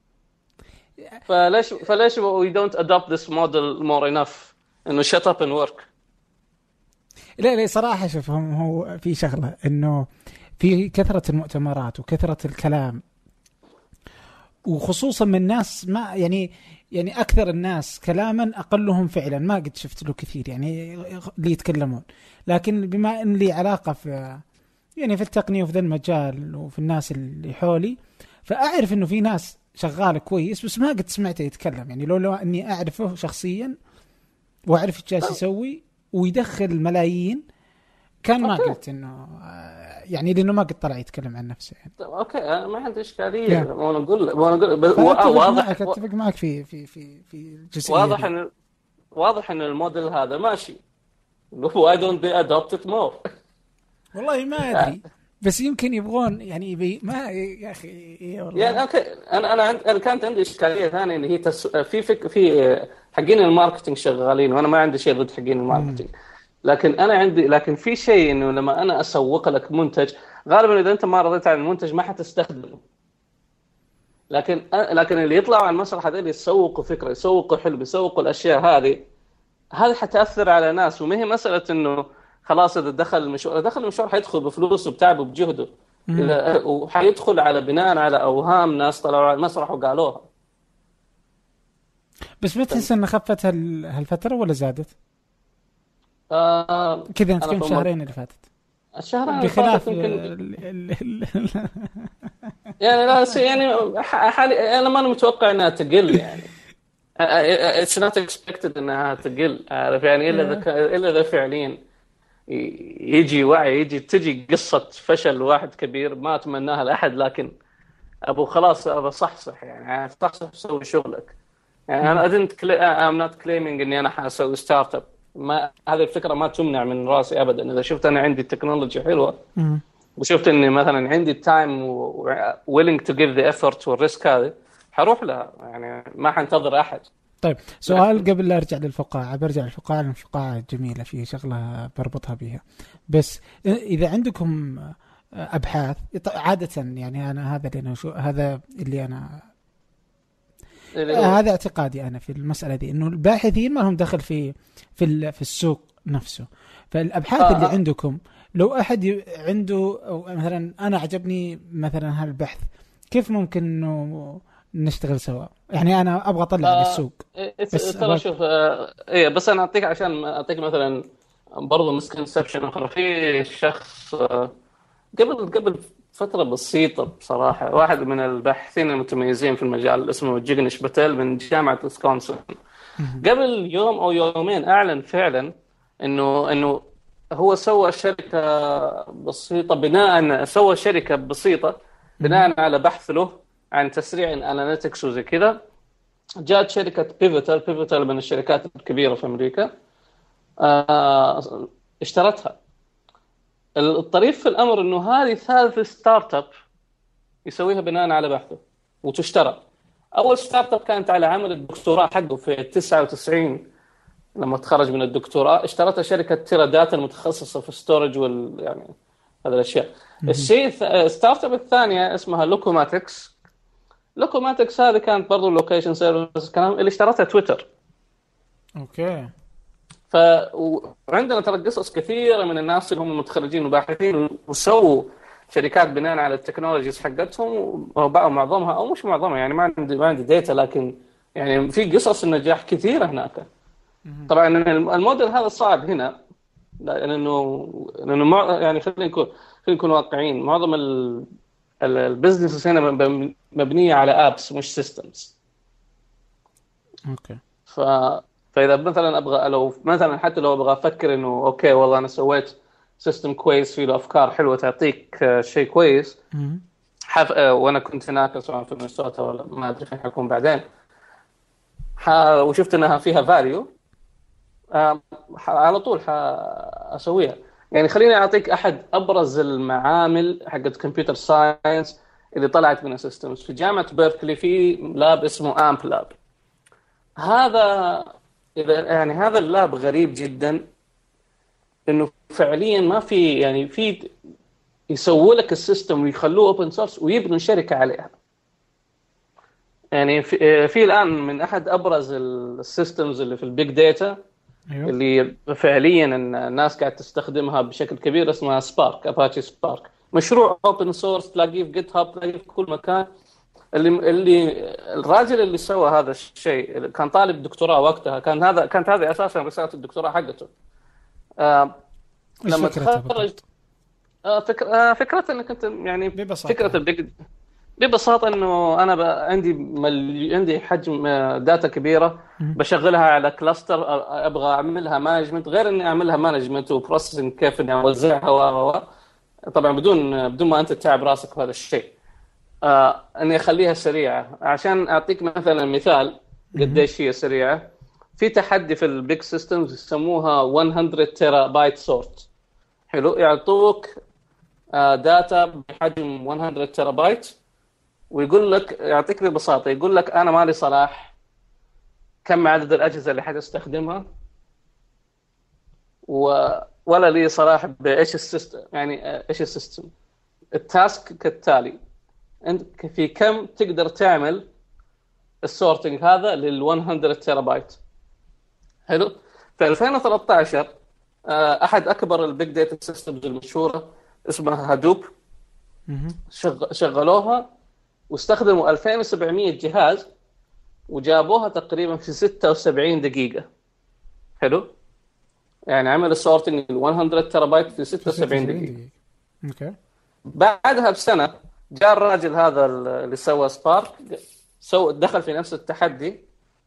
فليش we don't adopt this model more enough انه shut up and work. لا صراحة شوف، هو في شغلة انه في كثرة المؤتمرات وكثرة الكلام، وخصوصا من الناس ما يعني اكثر الناس كلاما اقلهم فعلا، ما قد شفت له كثير يعني اللي يتكلمون. لكن بما ان لي علاقة في يعني في التقنية وفي ذا المجال وفي الناس اللي حولي، فاعرف انه في ناس شغال كويس بس ما قد سمعته يتكلم. يعني لو اني اعرفه شخصيا واعرف ايش جالس يسوي ويدخل ملايين، كان ما قلت انه يعني لانه ما قد طلع يتكلم عن نفسه يعني. اوكي انا ما عندي اشكاليه، وانا اقول واضح، اتفق معك في الجزئيه واضح ان الموديل هذا ماشي. why don't they adopt it more؟ والله ما ادري، بس يمكن يبغون يعني ما يا اخي والله. يعني اوكي انا كانت عندي اشكاليه ثانيه، اللي هي في حقين الماركتينج شغالين، وانا ما عندي شيء ضد حقين الماركتينج، لكن في شيء انه لما انا اسوق لك منتج، غالبا اذا انت ما رضيت عن المنتج ما حتستخدمه. لكن اللي يطلعوا على المسرح هذول يسوقوا فكره، يسوقوا حلم، يسوقوا الاشياء هذه حتاثر على ناس. وما هي مساله انه خلاص اذا دخل المشوار حيدخل بفلوسه وبتعبه وبجهده، وحيدخل على بناء على اوهام ناس طلعوا على المسرح وقالوها. بس ما تحس ان خفت هالفتره ولا زادت؟ كذا انت كم شهرين اللي فاتت؟ الشهرين بخلاف يعني لا يعني حالي انا ما متوقع انها تقل يعني. it's not expected انها تقل، عارف يعني، الا اذا فعليا يجي وعي، تجي قصه فشل واحد كبير ما اتمناها لاحد، لكن خلاص ابو صحصح يعني صحصح سوي شغلك. يعني انا I'm not claiming اني انا حاسوي ستارت اب، ما هذه الفكره ما تمنع من راسي ابدا. اذا شفت انا عندي تكنولوجيا حلوه وشفت اني مثلا عندي التايم willing to give the effort والريسك، هذه حروح لها يعني، ما حنتظر احد. طيب سؤال قبل لا ارجع للفقاعه، برجع للفقاعه لان الفقاعه جميله، في شغله بربطها بيها. بس اذا عندكم ابحاث عاده، يعني انا هذا اللي انا هذا اعتقادي انا في المساله دي، انه الباحثين ما لهم دخل في السوق نفسه. فالابحاث اللي عندكم، لو احد عنده مثلا انا عجبني مثلا هالبحث، كيف ممكن انه نشتغل سوا؟ يعني انا ابغى اطلع للسوق. بس ترى شوف بس انا عشان اعطيك مثلا برضه مسكنسبشن اخرى. في شخص قبل فتره بسيطه بصراحه، واحد من الباحثين المتميزين في المجال اسمه جيغنش باتيل من جامعه ويسكونسن، قبل يوم او يومين اعلن فعلا انه هو سوى شركه بسيطه بناء على بحث له عن تسريع الاناليتكس وزي كذا. جاءت شركه بيفوتال من الشركات الكبيره في امريكا، اشترتها. الطريف في الامر انه هذه ثالث ستارت اب يسويها بناء على بحثه وتشترى. اول ستارت اب كانت على عمل الدكتوراه حقه في 99 لما تخرج من الدكتوراه، اشترتها شركه تيرا داتا المتخصصه في ستورج يعني هذه الاشياء. الشيء ستارت اب الثانيه اسمها لوكوماتكس. لوكوماتكس هذه كانت برضو لوكيشن سيرفيس كلام، اللي اشترتها تويتر. اوكي. وعندنا ترى قصص كثيره من الناس اللي هم متخرجين وباحثين وسووا شركات بناء على التكنولوجيز حقتهم، ومعظمها او مش معظمها يعني ما عندي داتا، لكن يعني في قصص النجاح كثيره هناك. طبعا الموديل هذا صعب هنا لانه يعني خلينا نكون واقعيين. معظم البزنس هنا مبنيه على ابس مش سيستمز. اوكي. فاذا مثلا لو مثلا حتى لو ابغى افكر انه اوكي والله انا سويت سيستم كويس فيه له افكار حلوه تعطيك شيء كويس، وانا كنت هناك سواء في مينيسوتا ولا ما ادري فين حكون بعدين، وشفت انها فيها فاليو، على طول اسويها. يعني خليني اعطيك احد ابرز المعامل حقت كمبيوتر ساينس اللي طلعت من السيستمز. في جامعه بيركلي في لاب اسمه امب لاب. هذا اللاب غريب جدا، انه فعليا ما في يعني في يسووا لك السيستم ويخلوه اوبن سورس ويبنوا شركه عليها. يعني في الان من احد ابرز السيستمز اللي في البيج داتا اللي فعليا الناس قاعد تستخدمها بشكل كبير اسمها سبارك، اباتشي سبارك. مشروع اوبن سورس تلاقيه في جيت هاب، تلاقيه في كل مكان. اللي الراجل اللي سوى هذا الشيء كان طالب دكتوراه وقتها، كانت هذه اساسا رساله الدكتوراه حقته. لما تخرج فكرة انك انت يعني فكرة ببساطة انه انا عندي حجم داتا كبيرة بشغلها على كلاستر، ابغى اعملها مانجمنت، غير اني اعملها مانجمنت وبروسيسنج كيف اني اوزعها طبعا بدون ما انت تتعب راسك في هذا الشيء. اني اخليها سريعة. عشان اعطيك مثلا مثال قديش هي سريعة، في تحدي في البيج سيستمز يسموها 100 تيرا بايت سورت. حلو، يعطوك داتا بحجم 100 تيرا بايت، ويقول لك يعطيك ببساطة يقول لك أنا مالي صلاح كم عدد الأجهزة اللي حتستخدمها، ولا لي صلاح بإيش السيستم. يعني إيش السيستم؟ التاسك كالتالي: أنت في كم تقدر تعمل السورتنج هذا لل 100 تيرا بايت. حلو. في 2013 أحد أكبر البيج داتا سيستمز المشهورة اسمها هادوب شغلوها واستخدموا 2700 جهاز وجابوها تقريبا في 76 دقيقة. حلو، يعني عمل السورتنج 100 تيرا بايت في 76 دقيقة. اوكي. بعدها بسنة جاء الراجل هذا اللي سوى سبارك، دخل في نفس التحدي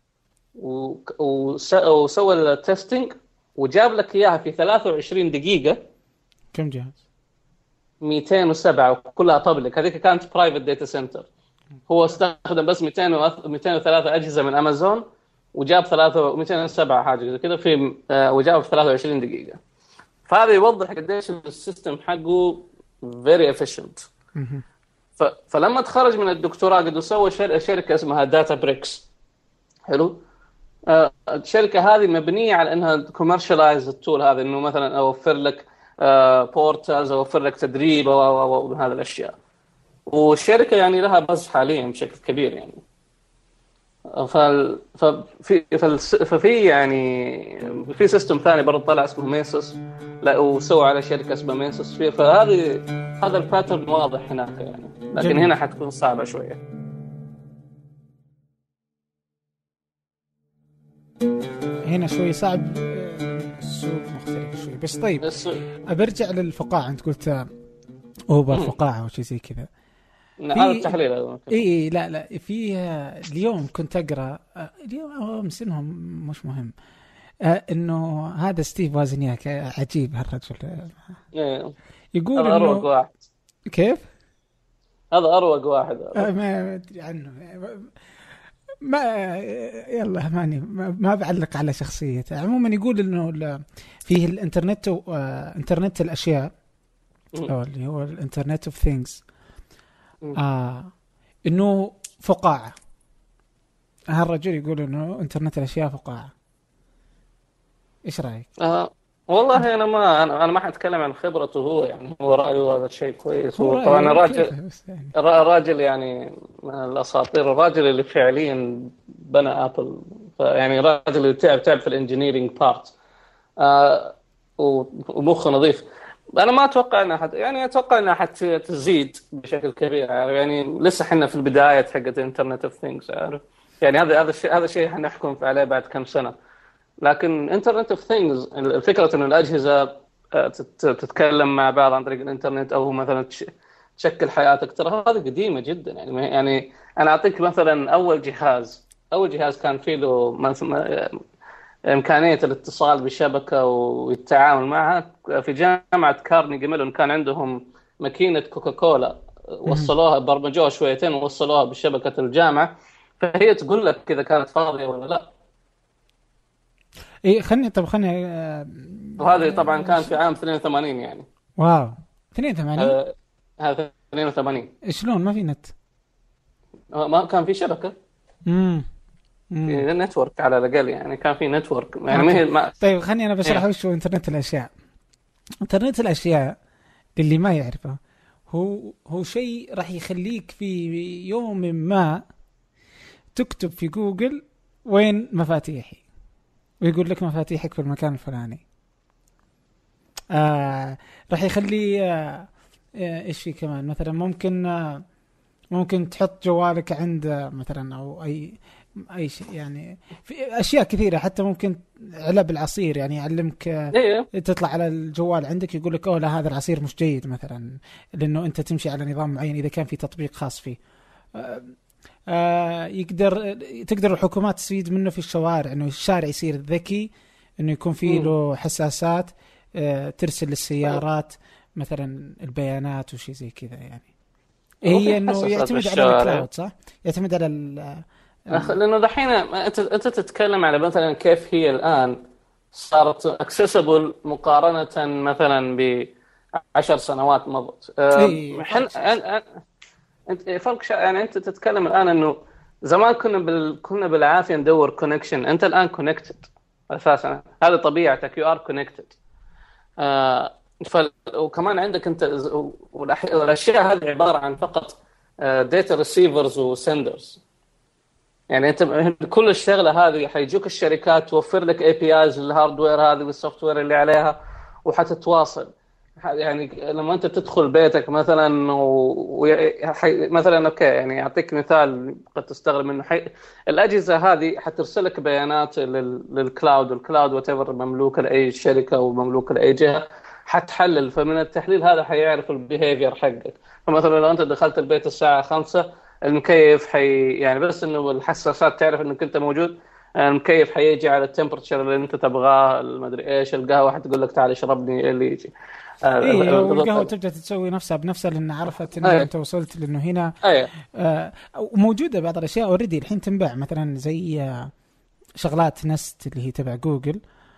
وسوى التستنج وجاب لك إياها في 23 دقيقة. كم جهاز؟ 207 كلها بابليك. هذيك كانت برايفت داتا سنتر. هو استخدم بس 203 أجهزة من أمازون وجاب 207 حاجة زي كذا في وجاب في 23 دقيقة. فهذا يوضح قديش السيستم حقه very efficient. فلما تخرج من الدكتوراه قد سوى شركة اسمها داتا بريكس. حلو. الشركة هذه مبنية على أنها commercialize التول هذا، إنه مثلا أوفر لك بورتالز، أوفر لك تدريب وهذا الأشياء. والشركة يعني لها بز حاليا بشكل كبير يعني. ففي يعني في سيستم ثاني برضه طلع اسمه ميسوس، لا وسوى على شركة اسمها ميسوس. هذا الباترن واضح هناك يعني، لكن جميل. هنا حتكون صعبة شوية. هنا شوي صعب، السوق مختلف شوي. بس طيب أبرجع للفقاعة. أنت قلت أوبر فقاعة وشي زي كذا. هذا التحليل. إيه لا في اليوم كنت أقرأ اليوم سنهم مش مهم، إنه هذا ستيف وازنياك عجيب هالرجل. يقول هذا أروق واحد. كيف؟ هذا أروق واحد. ما أدري عنه، ما يلا ما بعلق على شخصيته. عموما يقول إنه فيه الإنترنت وإنترنت الأشياء أو اللي هو الانترنت اوف ثينجز، انه فقاعة. هالرجل يقول انه انترنت الاشياء فقاعة. ايش رايك؟ والله انا ما حاتكلم عن خبرته هو، يعني هو رايه هذا شيء كويس. هو هو طبعا رأيه الراجل كيف بس يعني. الراجل يعني من الاساطير، الراجل اللي فعليا بنى ابل. يعني الراجل اللي تعب في الانجينيرينج بارت، ومخه نظيف. انا ما اتوقع انها يعني اتوقع انها حتزيد بشكل كبير، يعني لسه احنا في البدايه حقت الانترنت اوف ثينجز، عارف. يعني هذا الشيء حنحكم عليه بعد كم سنه. لكن انترنت اوف ثينجز، الفكره انه الاجهزه تتكلم مع بعض عن طريق الانترنت، او مثلا تشكل حياتك، ترى هذه قديمه جدا. يعني انا اعطيك مثلا اول جهاز كان فيه له إمكانية الاتصال بشبكة والتعامل معها في جامعة كارنيجي ميلون. كان عندهم ماكينة كوكاكولا، وصلوها برمجوها شويتين ووصلوها بشبكة الجامعة، فهي تقول لك إذا كانت فاضية ولا لا. ايه خلني وهذه طبعا كان في عام 82 يعني. واو 82. هذا 82. شلون ما في نت؟ ما كان في شبكة، امم في نتورك على الأقل، يعني كان في نتورك يعني اوكي. ما طيب خلني انا بشرح إيه. وش هو انترنت الاشياء. انترنت الاشياء للي ما يعرفه، هو شيء راح يخليك في يوم ما تكتب في جوجل وين مفاتيحي، ويقول لك مفاتيحك في المكان الفلاني. راح يخلي ايش في كمان، مثلا ممكن تحط جوالك عند مثلا، او اي شيء يعني. في اشياء كثيره، حتى ممكن علب العصير يعني يعلمك، إيه. تطلع على الجوال عندك يقول لك اوه لا هذا العصير مش جيد مثلا، لانه انت تمشي على نظام معين اذا كان في تطبيق خاص فيه. آه، تقدر الحكومات تستفيد منه في الشوارع، انه الشارع يصير ذكي، انه يكون فيه له حساسات ترسل للسيارات مثلا البيانات وشي زي كذا يعني. هو في هي انه حساسات يعتمد على بالشارع. الكلاود، صح؟ يعتمد على لانه دحين انت تتكلم على مثلا كيف هي الان صارت اكسسبل مقارنه مثلا ب10 سنوات مضت. اي حن فرق شاسع. انت يعني انت تتكلم الان انه زمان كنا بالعافيه ندور كونكشن، انت الان كونكتد اساسا، هذه طبيعتك، يو ار كونكتد. وكمان عندك انت والاشياء هذه عباره عن فقط داتا ريسيفرز وسندرز. يعني انت كل الشغله هذه حيجوك الشركات توفر لك اي بي ايز للهاردوير هذه والسوفت وير اللي عليها، وحتتواصل. يعني لما انت تدخل بيتك مثلا مثلا اوكي، يعني اعطيك مثال قد تستغرب منه. الاجهزه هذه حترسل لك بيانات للكلاود، والكلاود وات ايفر مملوكه لاي شركه ومملوكه لاي جهه، حتحلل. فمن التحليل هذا حيعرف البيهيفير حقك. فمثلا لو انت دخلت البيت الساعه 5، المكيف يعني بس انه الحساسات تعرف انك انت موجود، المكيف حيجي على التمبرتشر اللي انت تبغاه، المدري ايش، القهوه حتقول لك تعال اشربني اللي يجي. اي والقهوه تبدا تسوي نفسها بنفسها، لان عرفت انه انت وصلت، لانه هنا وموجوده بعض الاشياء اوريدي الحين تنباع، مثلا زي شغلات نست اللي هي تبع جوجل.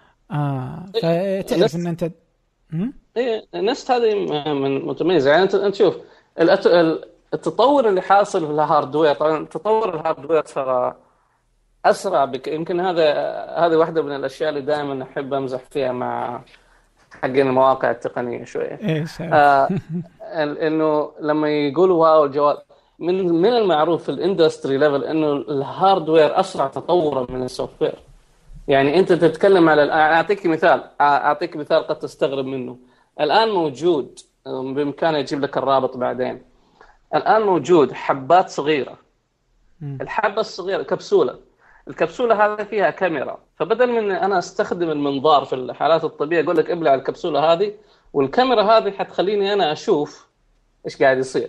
فتعرف ان انت ايه نست هذه من متميزه. يعني انت شوف التطور اللي حاصل في الهاردوير. طبعا تطور الهاردوير صار اسرع يمكن هذه واحده من الاشياء اللي دائما احب امزح فيها مع حقين المواقع التقنيه شويه. ايش انه لما يقولوا واو الجوال، من المعروف في الاندستري ليفل انه الهاردوير اسرع تطورا من السوفت وير. يعني انت تتكلم على اعطيك مثال قد تستغرب منه. الان موجود، بامكانه يجيب لك الرابط بعدين، الان موجود حبات صغيره. الحبه الصغيره الكبسوله هذه فيها كاميرا، فبدل من انا استخدم المنظار في الحالات الطبيعيه، اقول لك ابلع الكبسوله هذه، والكاميرا هذه حتخليني انا اشوف ايش قاعد يصير.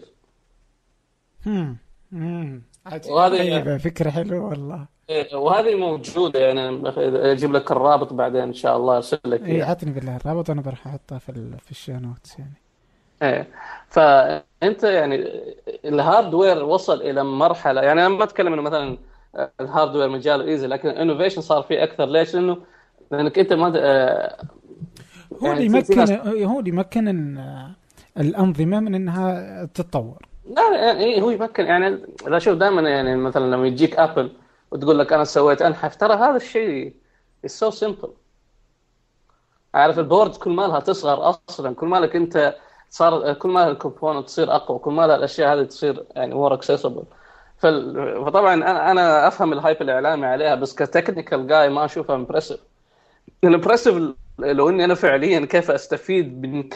وهذه فكره حلوه والله. وهذه موجوده، يعني اجيب لك الرابط بعدين ان شاء الله، ارسل لك اي عطني بالله الرابط وانا بروح احطه في الشو نوتس يعني. ايه. فانت يعني الهاردوير وصل الى مرحله، يعني انا ما اتكلم انه مثلا الهاردوير مجاله ايزي، لكن الانوفيشن صار فيه اكثر. ليش؟ لانك انت ما هو يعني اللي يمكن الأنظمة من أنها تتطور. لا يعني هو يمكن يعني اذا شوف دائما يعني مثلا لما يجيك ابل وتقول لك انا سويت انحف، ترى هذا الشيء is so simple. عارف البورد كل ما لها تصغر اصلا، كل ما لك انت صار، كل ما الكومبوننت تصير اقوى، كل ما الاشياء هذه تصير يعني more accessible. فطبعا انا افهم الهايب الاعلامي عليها، بس كتكنيكال جاي ما اشوفها امبرسيف. الامبرسيف لو اني انا فعليا كيف استفيد من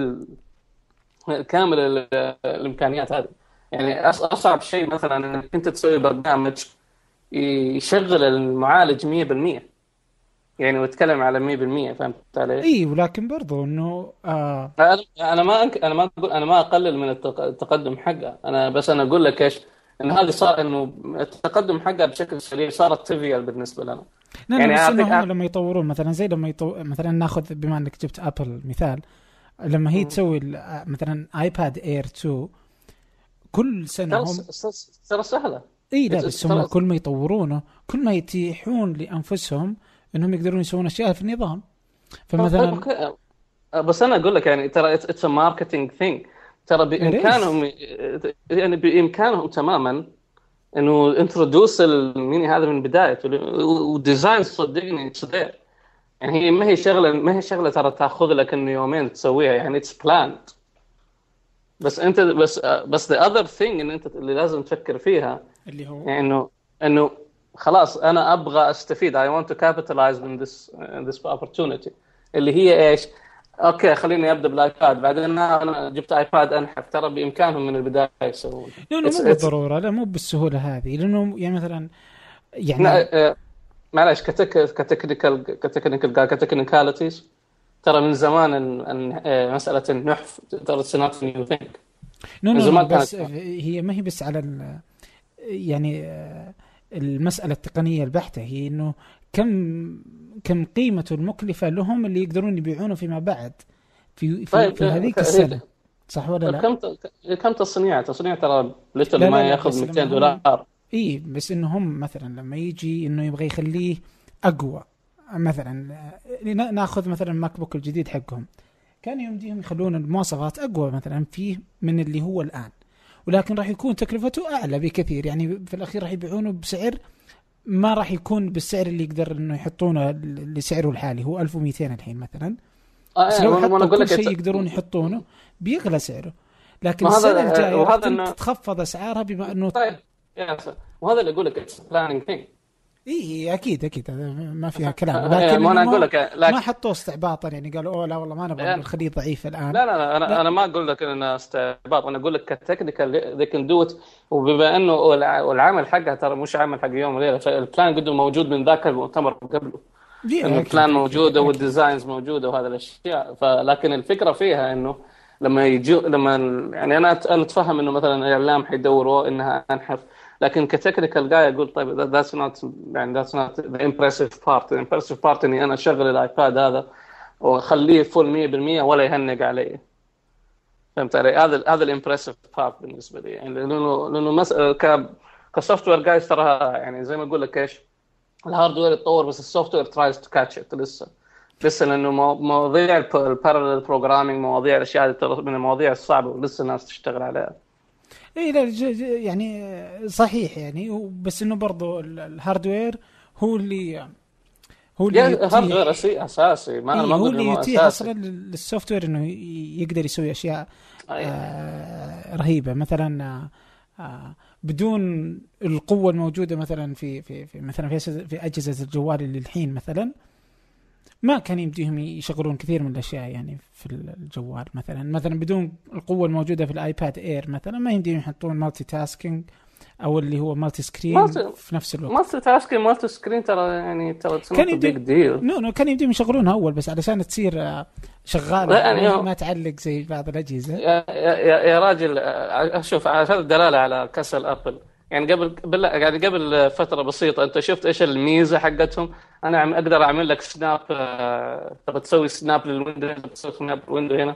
كامل الامكانيات هذه. يعني اصعب شيء مثلا انك انت تسوي برنامج يشغل المعالج 100%، يعني واتكلم على 100%. فهمت علي؟ اي ولكن برضو انه انا ما اقلل من التقدم حقه، انا اقول لك ايش، ان هذه صار انه التقدم حقه بشكل سريع صارت تريفيال بالنسبه لنا. لا يعني بس اعطيك انه هم لما يطورون مثلا زي لما مثلا ناخذ بما انك جبت ابل مثال، لما هي تسوي مثلا ايباد اير 2 كل سنه هم ترى سهله. اي لا بس هم كل ما يطورونه كل ما يتيحون لانفسهم انهم يقدرون يسوون اشياء في النظام. فمثلا بس انا اقول لك يعني ترى اتس ماركتينج ثينج. ترى بامكانهم يعني بامكانهم تماما انه انترودوس الميني هذا من بدايته، وديزاين صدقني صدق. يعني هي ما هي شغله ترى تاخذ لك انه يومين تسويها، يعني اتس بلاند. بس انت بس the other thing ان انت اللي لازم تفكر فيها اللي هو يعني انه خلاص انا ابغى استفيد. I want to capitalize on this opportunity اللي هي ايش. اوكي خليني ابدا بالايباد، بعدين انا جبت ايباد انحف. ترى بامكانهم من البدايه يسوون. لانه مو بالضروره، لا مو بالسهوله هذه، لانه يعني مثلا يعني معلش كتكنيكاليتيز ترى من زمان ان مساله النحف ترى not a new thing. من زمان بس كانت هي ما هي بس على يعني المسألة التقنية البحتة، هي إنه كم قيمته المكلفة لهم اللي يقدرون يبيعونه فيما بعد في هذيك السنة، صح ولا لا؟ كم تصنيع ترى ليتل ما ياخذ $200. إيه بس إنه هم مثلا لما يجي إنه يبغى يخليه أقوى، مثلا ناخذ مثلا ماك بوك الجديد حقهم، كان يمديهم يخلون المواصفات أقوى مثلا فيه من اللي هو الآن، ولكن راح يكون تكلفته أعلى بكثير. يعني في الأخير راح يبيعونه بسعر ما راح يكون بالسعر اللي يقدر إنه يحطونه لسعره الحالي، هو 1200 الحين مثلا. بس لو حطوا كل شيء يقدرون يحطونه بيغلى سعره، لكن السنة الجاية راح تتخفض أسعارها بما إنه طيب وهذا اللي أقول لك it's planning thing. إيه أكيد ما فيها كلام، لكن ما أنا أقول لك ما حطوه استعباطا، يعني قالوا أوه لا والله ما نبغى نخليه ضعيف الآن. لا أنا ما أقول لك إنه استعباط، أنا أقول لك كتكنيكال they can do it. وبما إنه والعمل حقها ترى مش عمل حق يوم وليلة، البلان قد موجود من ذاك المؤتمر قبله. البلان موجودة والديزاينز موجودة وهذا الأشياء. لكن الفكرة فيها إنه لما يعني أنا أتفهم إنه مثلا الإعلام حيدوروا إنها أنحف، لكن كتكنيكال جاي أقول طيب that's not the impressive part. the impressive part إني أنا أشغل الآيباد هذا وأخليه فول 100% ولا يهنق علي. فهمت علي؟ هذا الامبرسيف بارت بالنسبة لي. يعني لأنه كسوفت وير جايز ترى يعني زي ما أقول لك إيش، الهاردوير يتطور بس السوفت وير ترايز تو كاتش ات لسه لانه مواضيع البارالل بروجرامينج، مواضيع الاشياء هذه من المواضيع الصعبه ولسه الناس تشتغل عليها. اي لا يعني صحيح يعني، بس انه برضو الهاردوير هو اللي الهاردوير اساسي ما هو اللي يتيح اصلا للسوفت وير انه يقدر يسوي اشياء رهيبه. مثلا بدون القوة الموجودة مثلا في أجهزة الجوال اللي الحين مثلا ما كان يمديهم يشغلون كثير من الأشياء يعني في الجوال. مثلا بدون القوة الموجودة في الآيباد إير مثلا ما يمديهم يحطون مالتي تاسكينج أو اللي هو مالتي سكرين في نفس الوقت. مالتي تاسكينج مالتي سكرين ترى كان بيج ديل. كان يمديهم يشغلونها أول بس علشان تصير شغالة يعني ما تعلق زي بعض الأجهزة. يا راجل أشوف هذا الدلالة على كسل أبل. يعني قبل فترة بسيطة أنت شفت إيش الميزة حقتهم. أنا أقدر أعمل لك سناب، تبغى تسوي سناب للويندو، تسوي سناب للويندو هنا.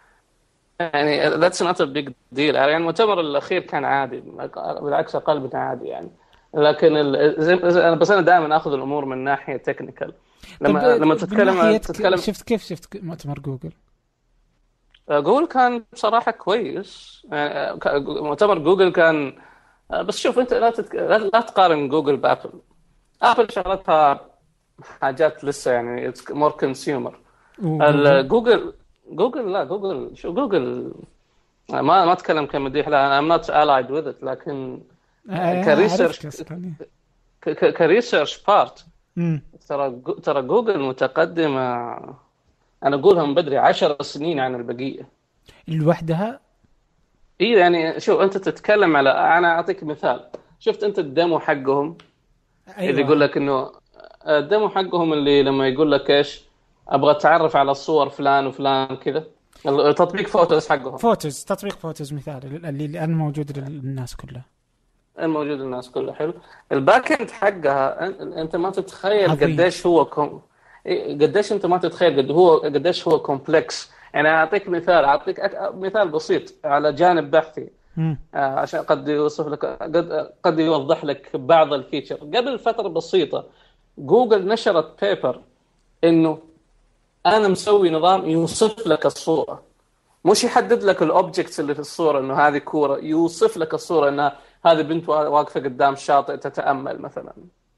يعني that's not a big deal. يعني المؤتمر الأخير كان عادي، بالعكس أقل من عادي يعني. لكن أنا دائما أخذ الأمور من ناحية تكنيكال. لما تتكلم شفت مؤتمر جوجل جوجل كان بصراحة كويس يعني. مؤتمر جوجل كان بس شوف أنت لا تقارن جوجل بأبل. أبل شغلتها حاجات لسه يعني it's more consumer. وجوجل جوجل لا جوجل شو جوجل ما أتكلم كمديح، لا I'm not allied with it، لكن كريسيرش كريسيرش بارت ترى جوجل متقدمة. أنا أقولها من بدري 10 سنين عن البقية لوحدها. إيه يعني شوف أنت تتكلم على، أنا أعطيك مثال. شفت أنت الديمو حقهم؟ أيوة. اللي يقول لك إنه الديمو حقهم اللي لما يقول لك إيش أبغى أتعرف على الصور فلان وفلان كذا، تطبيق فوتوز حقهم. تطبيق فوتوز مثال اللي الآن موجود للناس كلها. الموجود للناس كلها حلو. الباك اند حقها انت ما تتخيل عظيم. قديش هو قديش انت ما تتخيل قديش هو كومبلكس. يعني اعطيك مثال بسيط على جانب بحثي عشان قد يوصف لك قد يوضح لك بعض الفيتشر. قبل فترة بسيطة جوجل نشرت بيبر انه انا مسوي نظام يوصف لك الصورة، مش يحدد لك الاوبجكتس اللي في الصورة انه هذه كورة، يوصف لك الصورة انها هذه بنت واقفة قدام شاطئ تتأمل مثلا.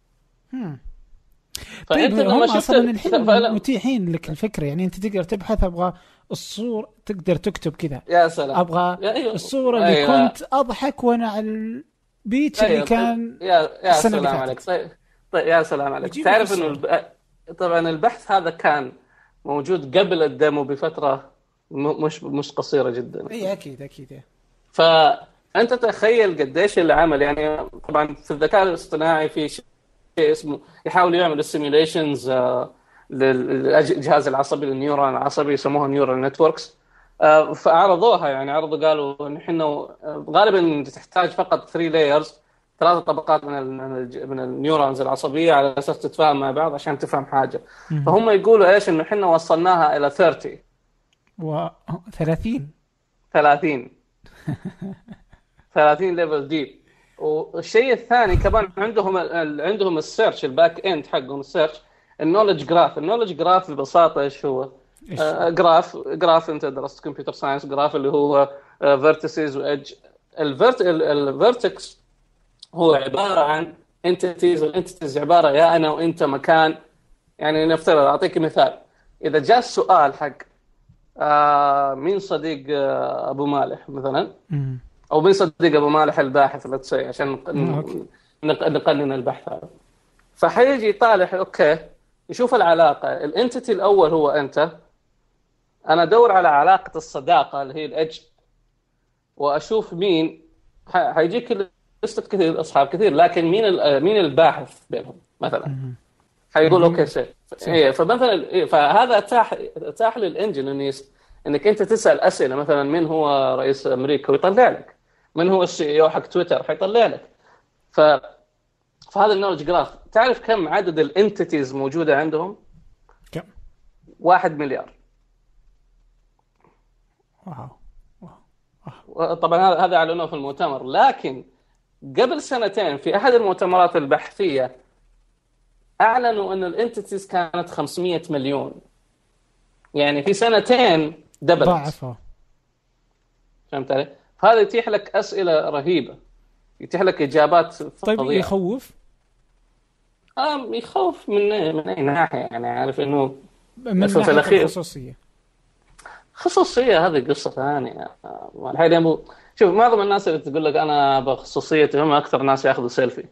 طيب هم اصلا الحين متيحين لك الفكرة، يعني انت تقدر تبحث ابغى الصور، تقدر تكتب كذا يا سلام ابغى الصورة اللي كنت اضحك وانا على البيتش اللي كان يا سلام عليك. طيب يا سلام عليك. تعرف انه طبعا البحث هذا كان موجود قبل الديمو بفترة مش قصيرة جدا. اي اكيد. فانت تخيل قديش العمل يعني. طبعا في الذكاء الاصطناعي في شيء اسمه يحاول يعمل السيميليشنز للجهاز العصبي، للنيورون العصبي، يسموها نيورال نتوركس. فعرضوها يعني قالوا ان احنا غالبا تحتاج فقط 3 لايرز، 3 طبقات من النيورونز العصبيه على اساس تتفاهم مع بعض عشان تفهم حاجه. فهم يقولوا ايش انه احنا وصلناها الى 30 30 ليفل ديب. والشيء الثاني كمان عندهم السيرش، الباك اند حقهم السيرش، النولج جراف ببساطه ايش هو؟ جراف انت درست كمبيوتر ساينس، جراف اللي هو فيرتيسز وايدج. الفيرتكس هو عباره عن انتيتيز، والانتيتيز عباره يا انا وانت مكان. يعني نفترض اعطيك مثال، اذا جاء السؤال حق مين صديق ابو مالح مثلا، او مين صديق ابو مالح الباحث لا تسوي عشان نقنن البحث هذا، فحيجي يطالع اوكي يشوف العلاقه. الانتيتي الاول هو انت، انا ادور على علاقه الصداقه اللي هي الادج، واشوف مين حيجيك لسته كثير اصحاب كثير، لكن مين الباحث بينهم مثلا. حيقول اوكي شيء فمثلا فهذا اتاح للانجن انك انت تسال اسئله مثلا من هو رئيس امريكا ويطلع لك، من هو السي او حق تويتر حيطلع لك. فهذا النولج جراف تعرف كم عدد الانتيتيز موجوده عندهم؟ كم؟ 1 مليار. واو. طبعا هذا اعلنوه في المؤتمر، لكن قبل سنتين في احد المؤتمرات البحثيه اعلنوا ان الانتيتيز كانت 500 مليون. يعني في سنتين دبلت، ضاعفها. فهمت علي؟ هذا يتيح لك اسئله رهيبه، يتيح لك اجابات فظيعه. طيب يخوف؟ يخوف من اي ناحيه؟ يعني عارف انه من ناحيه الخصوصيه هذه قصه ثانيه. الحين شوف معظم الناس اللي تقول لك انا بخصوصيتي هم اكثر ناس ياخذوا سيلفي.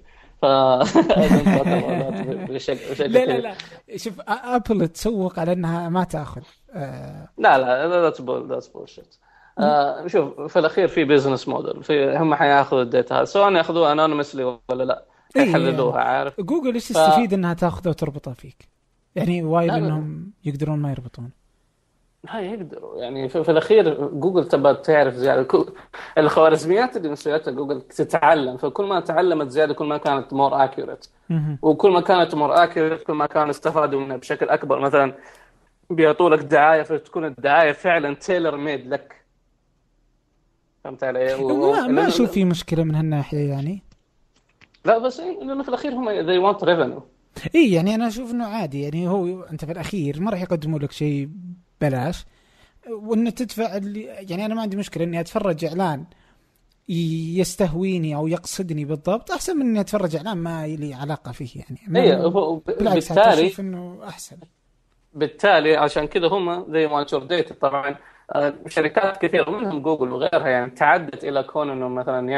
لا شوف ابل تسوق على انها ما تاخذ. لا that's bullshit. شوف في الاخير في بيزنس موديل، هم حياخذوا الداتا سواء ياخذوها انونيمسلي ولا لا، يحللوها. عارف جوجل ايش تستفيد انها تاخذها وتربطها فيك؟ يعني وايد انهم يقدرون ما يربطون. هاي يقدروا يعني في الاخير جوجل تبى تعرف زياده. الخوارزميات اللي مسويتها جوجل تتعلم، فكل ما تعلمت زياده كل ما كانت مور اكيوريت، وكل ما كانت مور اكيوريت كل ما كانوا استفادوا منها بشكل اكبر. مثلا بيعطوا لك دعايه فتكون الدعايه فعلا تيلر ميد لك. فهمت علي؟ ما اشوف في مشكله من هالناحيه يعني. لا بس انه في الاخير هم they want revenue. اي يعني انا اشوف انه عادي، يعني هو انت في الاخير ما راح يقدموا لك شيء بلاش، وإنه تدفع اللي يعني أنا ما عندي مشكلة إني أتفرج إعلان يستهويني أو يقصدني بالضبط، أحسن من إني أتفرج إعلان ما لي علاقة فيه يعني. بالعكس حتى أشوف إنه أحسن. بالتالي عشان كذا هم زي ما ديت طبعا شركات كثيرة منهم جوجل وغيرها يعني تعدت إلى كون إنه مثلا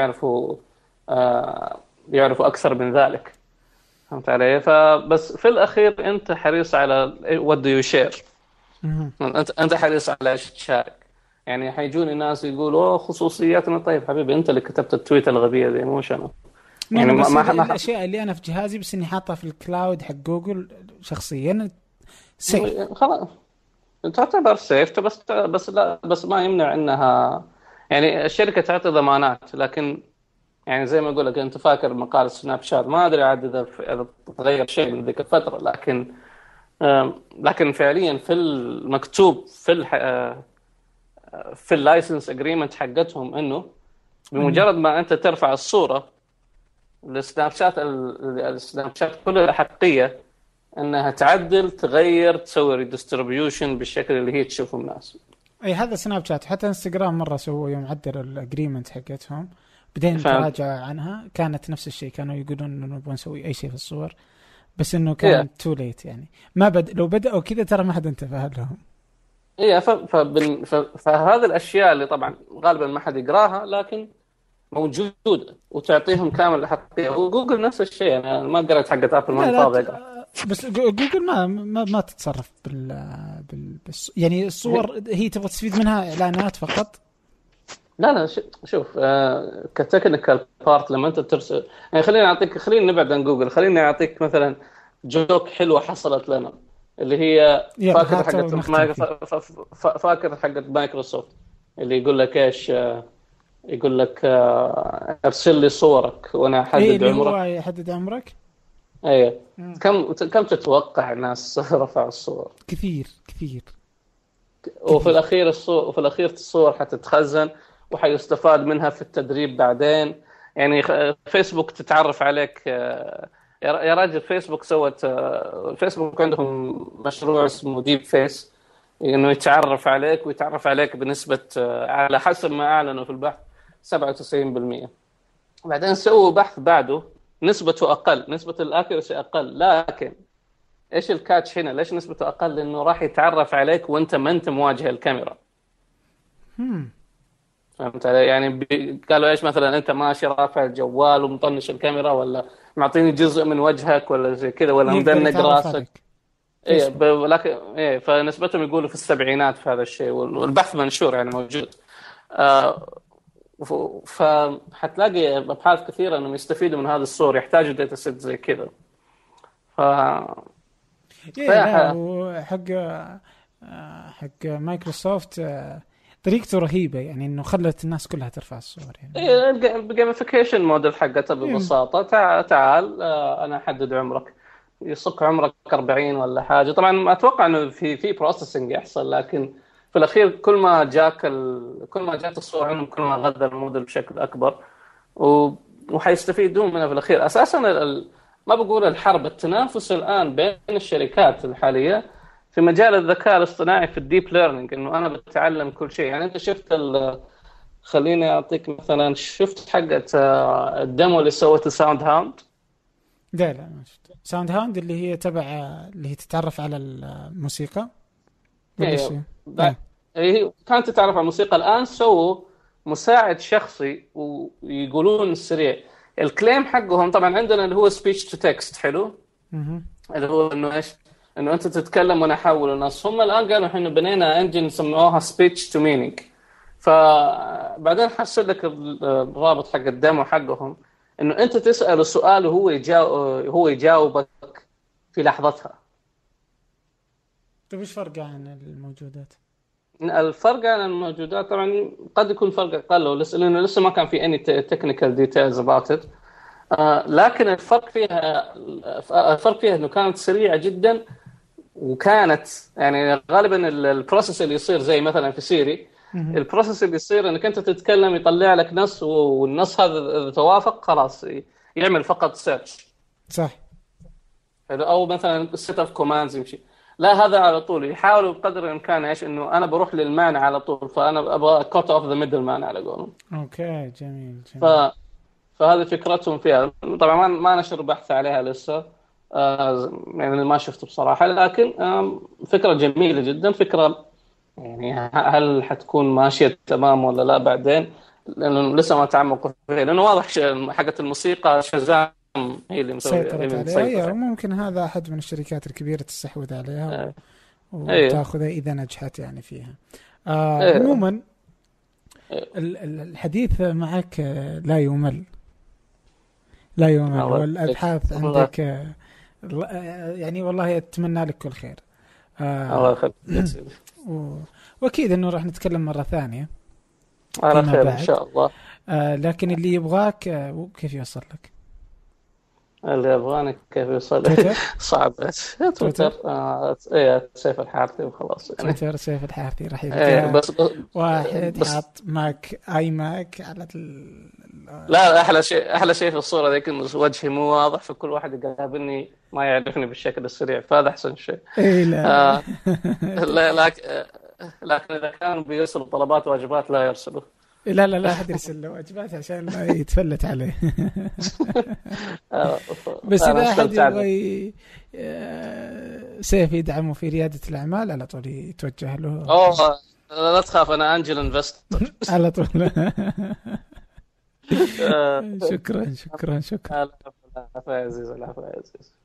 يعرفوا أكثر من ذلك. فهمت علي؟ فبس في الأخير أنت حريص على what do you share. أنت حريص على إيش تشارك. يعني حيجوني ناس يقولوا أوه خصوصياتنا. طيب حبيبي أنت اللي كتبت التويت الغبية دي مش أنا. يعني ما الأشياء اللي أنا في جهازي بس إني حاطها في الكلاود حق جوجل شخصيا سيف. خلاص تعتبر سيف بس ما يمنع انها يعني الشركه تعطي ضمانات. لكن يعني زي ما اقول لك انت فاكر مقال سناب شات ما ادري عاد اذا تغير شيء من ذيك الفتره. لكن فعليا في المكتوب في اللايسنس اجريمنت حقتهم انه بمجرد ما انت ترفع الصوره السناب شات كل الأحقية انها تعدل تغير تسوي ريديستريبيوشن بالشكل اللي هي تشوفه الناس. اي هذا سناب شات. حتى انستغرام مره سووا يوم عدلوا الاجريمنت حقتهم بدين تراجع عنها كانت نفس الشيء. كانوا يقولون انه نبغى نسوي اي شيء في الصور بس انه كان تو ليت يعني ما لو بدأوا كذا ترى ما حد انتبه لهم. فهذه الاشياء اللي طبعا غالبا ما حد يقراها لكن موجوده وتعطيهم كامل الحقيقه. وجوجل نفس الشيء. انا ما قرأت حقت ابل ما فاضي بس جوجل ما تتصرف يعني الصور هي تبغى تستفيد منها اعلانات فقط. لا شوف كتكنيكال بارت لما انت ترسل يعني خلينا نبعد عن جوجل. خليني اعطيك مثلا جوك حلوه حصلت لنا اللي هي فاكر حقت مايكروسوفت اللي يقول لك ايش يقول لك ارسل لي صورك وانا احدد عمرك. هو يحدد عمرك. ايوه كم تتوقع الناس رفعوا الصور؟ كثير. وفي الاخير الصور حتتخزن وحيستفاد منها في التدريب بعدين. يعني فيسبوك تتعرف عليك يا راجل. فيسبوك عندهم مشروع اسمه ديب فيس انه يتعرف عليك بنسبة على حسب ما اعلنوا في البحث 97%. بعدين سووا بحث بعده نسبته اقل، نسبة الاكيرسي اقل. لكن ايش الكاتش هنا؟ ليش نسبته اقل؟ لانه راح يتعرف عليك وانت ما انت مواجه الكاميرا. فهمت علي؟ يعني قالوا ايش مثلا انت ماشي رافع الجوال ومطنش الكاميرا ولا معطيني جزء من وجهك ولا زي كذا ولا مدنق راسك. لكن فنسبتهم يقولوا في السبعينات في هذا الشيء والبحث منشور يعني موجود. فحتلاقي ابحاث كثيره انهم يستفيدوا من هذا الصور يحتاجوا داتا سيت زي كذا. حق مايكروسوفت طريقته رهيبه يعني انه خلت الناس كلها ترفع الصور يعني. الجيميفيكيشن موديل حقته ببساطه تعال انا احدد عمرك يصك عمرك 40 ولا حاجه. طبعا اتوقع انه في بروسيسنج يحصل لكن في الاخير كل ما جات الصور عنهم كل ما غذى الموديل بشكل اكبر وحيستفيدون منها في الاخير. اساسا ما بقول الحرب التنافس الان بين الشركات الحاليه في مجال الذكاء الاصطناعي في الديب ليرنينج انه انا بتعلم كل شيء. يعني انت شفت خليني اعطيك مثلا شفت حقه الديمو اللي سوته ساوند هاوند؟ لا ما شفت ساوند هاوند اللي هي اللي هي تتعرف على الموسيقى. هي كانت تتعرف على الموسيقى. الان سووا مساعد شخصي ويقولون سريع. الكليم حقهم طبعا عندنا اللي هو سبيتش تو تكست حلو اللي هو انه ايش انه انت تتكلم وانا احول النص. هم الان قالوا احنا بنينا انجن سموها سبيتش تو مينينج. فبعدين حصل لك الرابط حق الديمو حقهم انه انت تساله سؤال وهو يجاوبك في لحظتها. طيب ايش فرق عن الموجودات؟ الفرق عن الموجودات طبعا قد يكون فرق اقل لانه لسه ما كان في اني تكنيكال ديتيلز اباوت ات. لكن الفرق فيها انه كانت سريعه جدا وكانت يعني غالبا البروسيس اللي يصير زي مثلا في سيري البروسيس اللي يصير انك انت تتكلم يطلع لك نص والنص هذا اذا توافق خلاص يعمل فقط سيرش صح او مثلا سيت اوف كوماندز يمشي. لا هذا على طول يحاولوا بقدر الامكان ايش انه انا بروح للمان على طول، فانا ابغى كوت اوف ذا ميدل مان على قولهم. اوكي جميل ف... فهذه فكرتهم فيها. طبعا ما نشر بحث عليها لسه، يعني ما شفته بصراحة، لكن فكرة جميلة جدا. فكرة يعني هل حتكون ماشية تمام ولا لا بعدين، لأنه لسه ما تعمقوا فيها، لأنه واضح حقة الموسيقى شازام هي اللي سيطرت عليها. مسيطرة. وممكن هذا أحد من الشركات الكبيرة تستحوذ عليها أيه. وتأخذها إذا نجحت يعني فيها. أيه. عموما الحديث معك لا يمل، لا يمل، والأبحاث عندك يعني والله أتمنى لك كل خير. الله يخليك. وأكيد أنه راح نتكلم مرة ثانية على خير إن شاء الله. لكن اللي يبغاك كيف يوصل لك؟ اللي يبغاني كيف يوصل لك؟ صعب. تويتر ايه سيف الحارثي وخلاص يعني. تويتر سيف الحارثي راح يبقى بس واحد حاط ماك اي ماك على لا احلى شيء في الصوره ذيك انه وجهي مو واضح، فكل واحد يقابلني ما يعرفني بالشكل السريع، فهذا احسن شيء. اي لا. لكن اذا كانوا بيرسلوا طلبات واجبات لا يرسلوا. لا أحد يرسل له واجبات عشان ما يتفلت عليه. بس إذا أحد يبغى سيف يدعمه في ريادة الأعمال على طول يتوجه له. لا تخاف أنا أنجل إنفستر على طول. شكرا. العفو يا عزيز.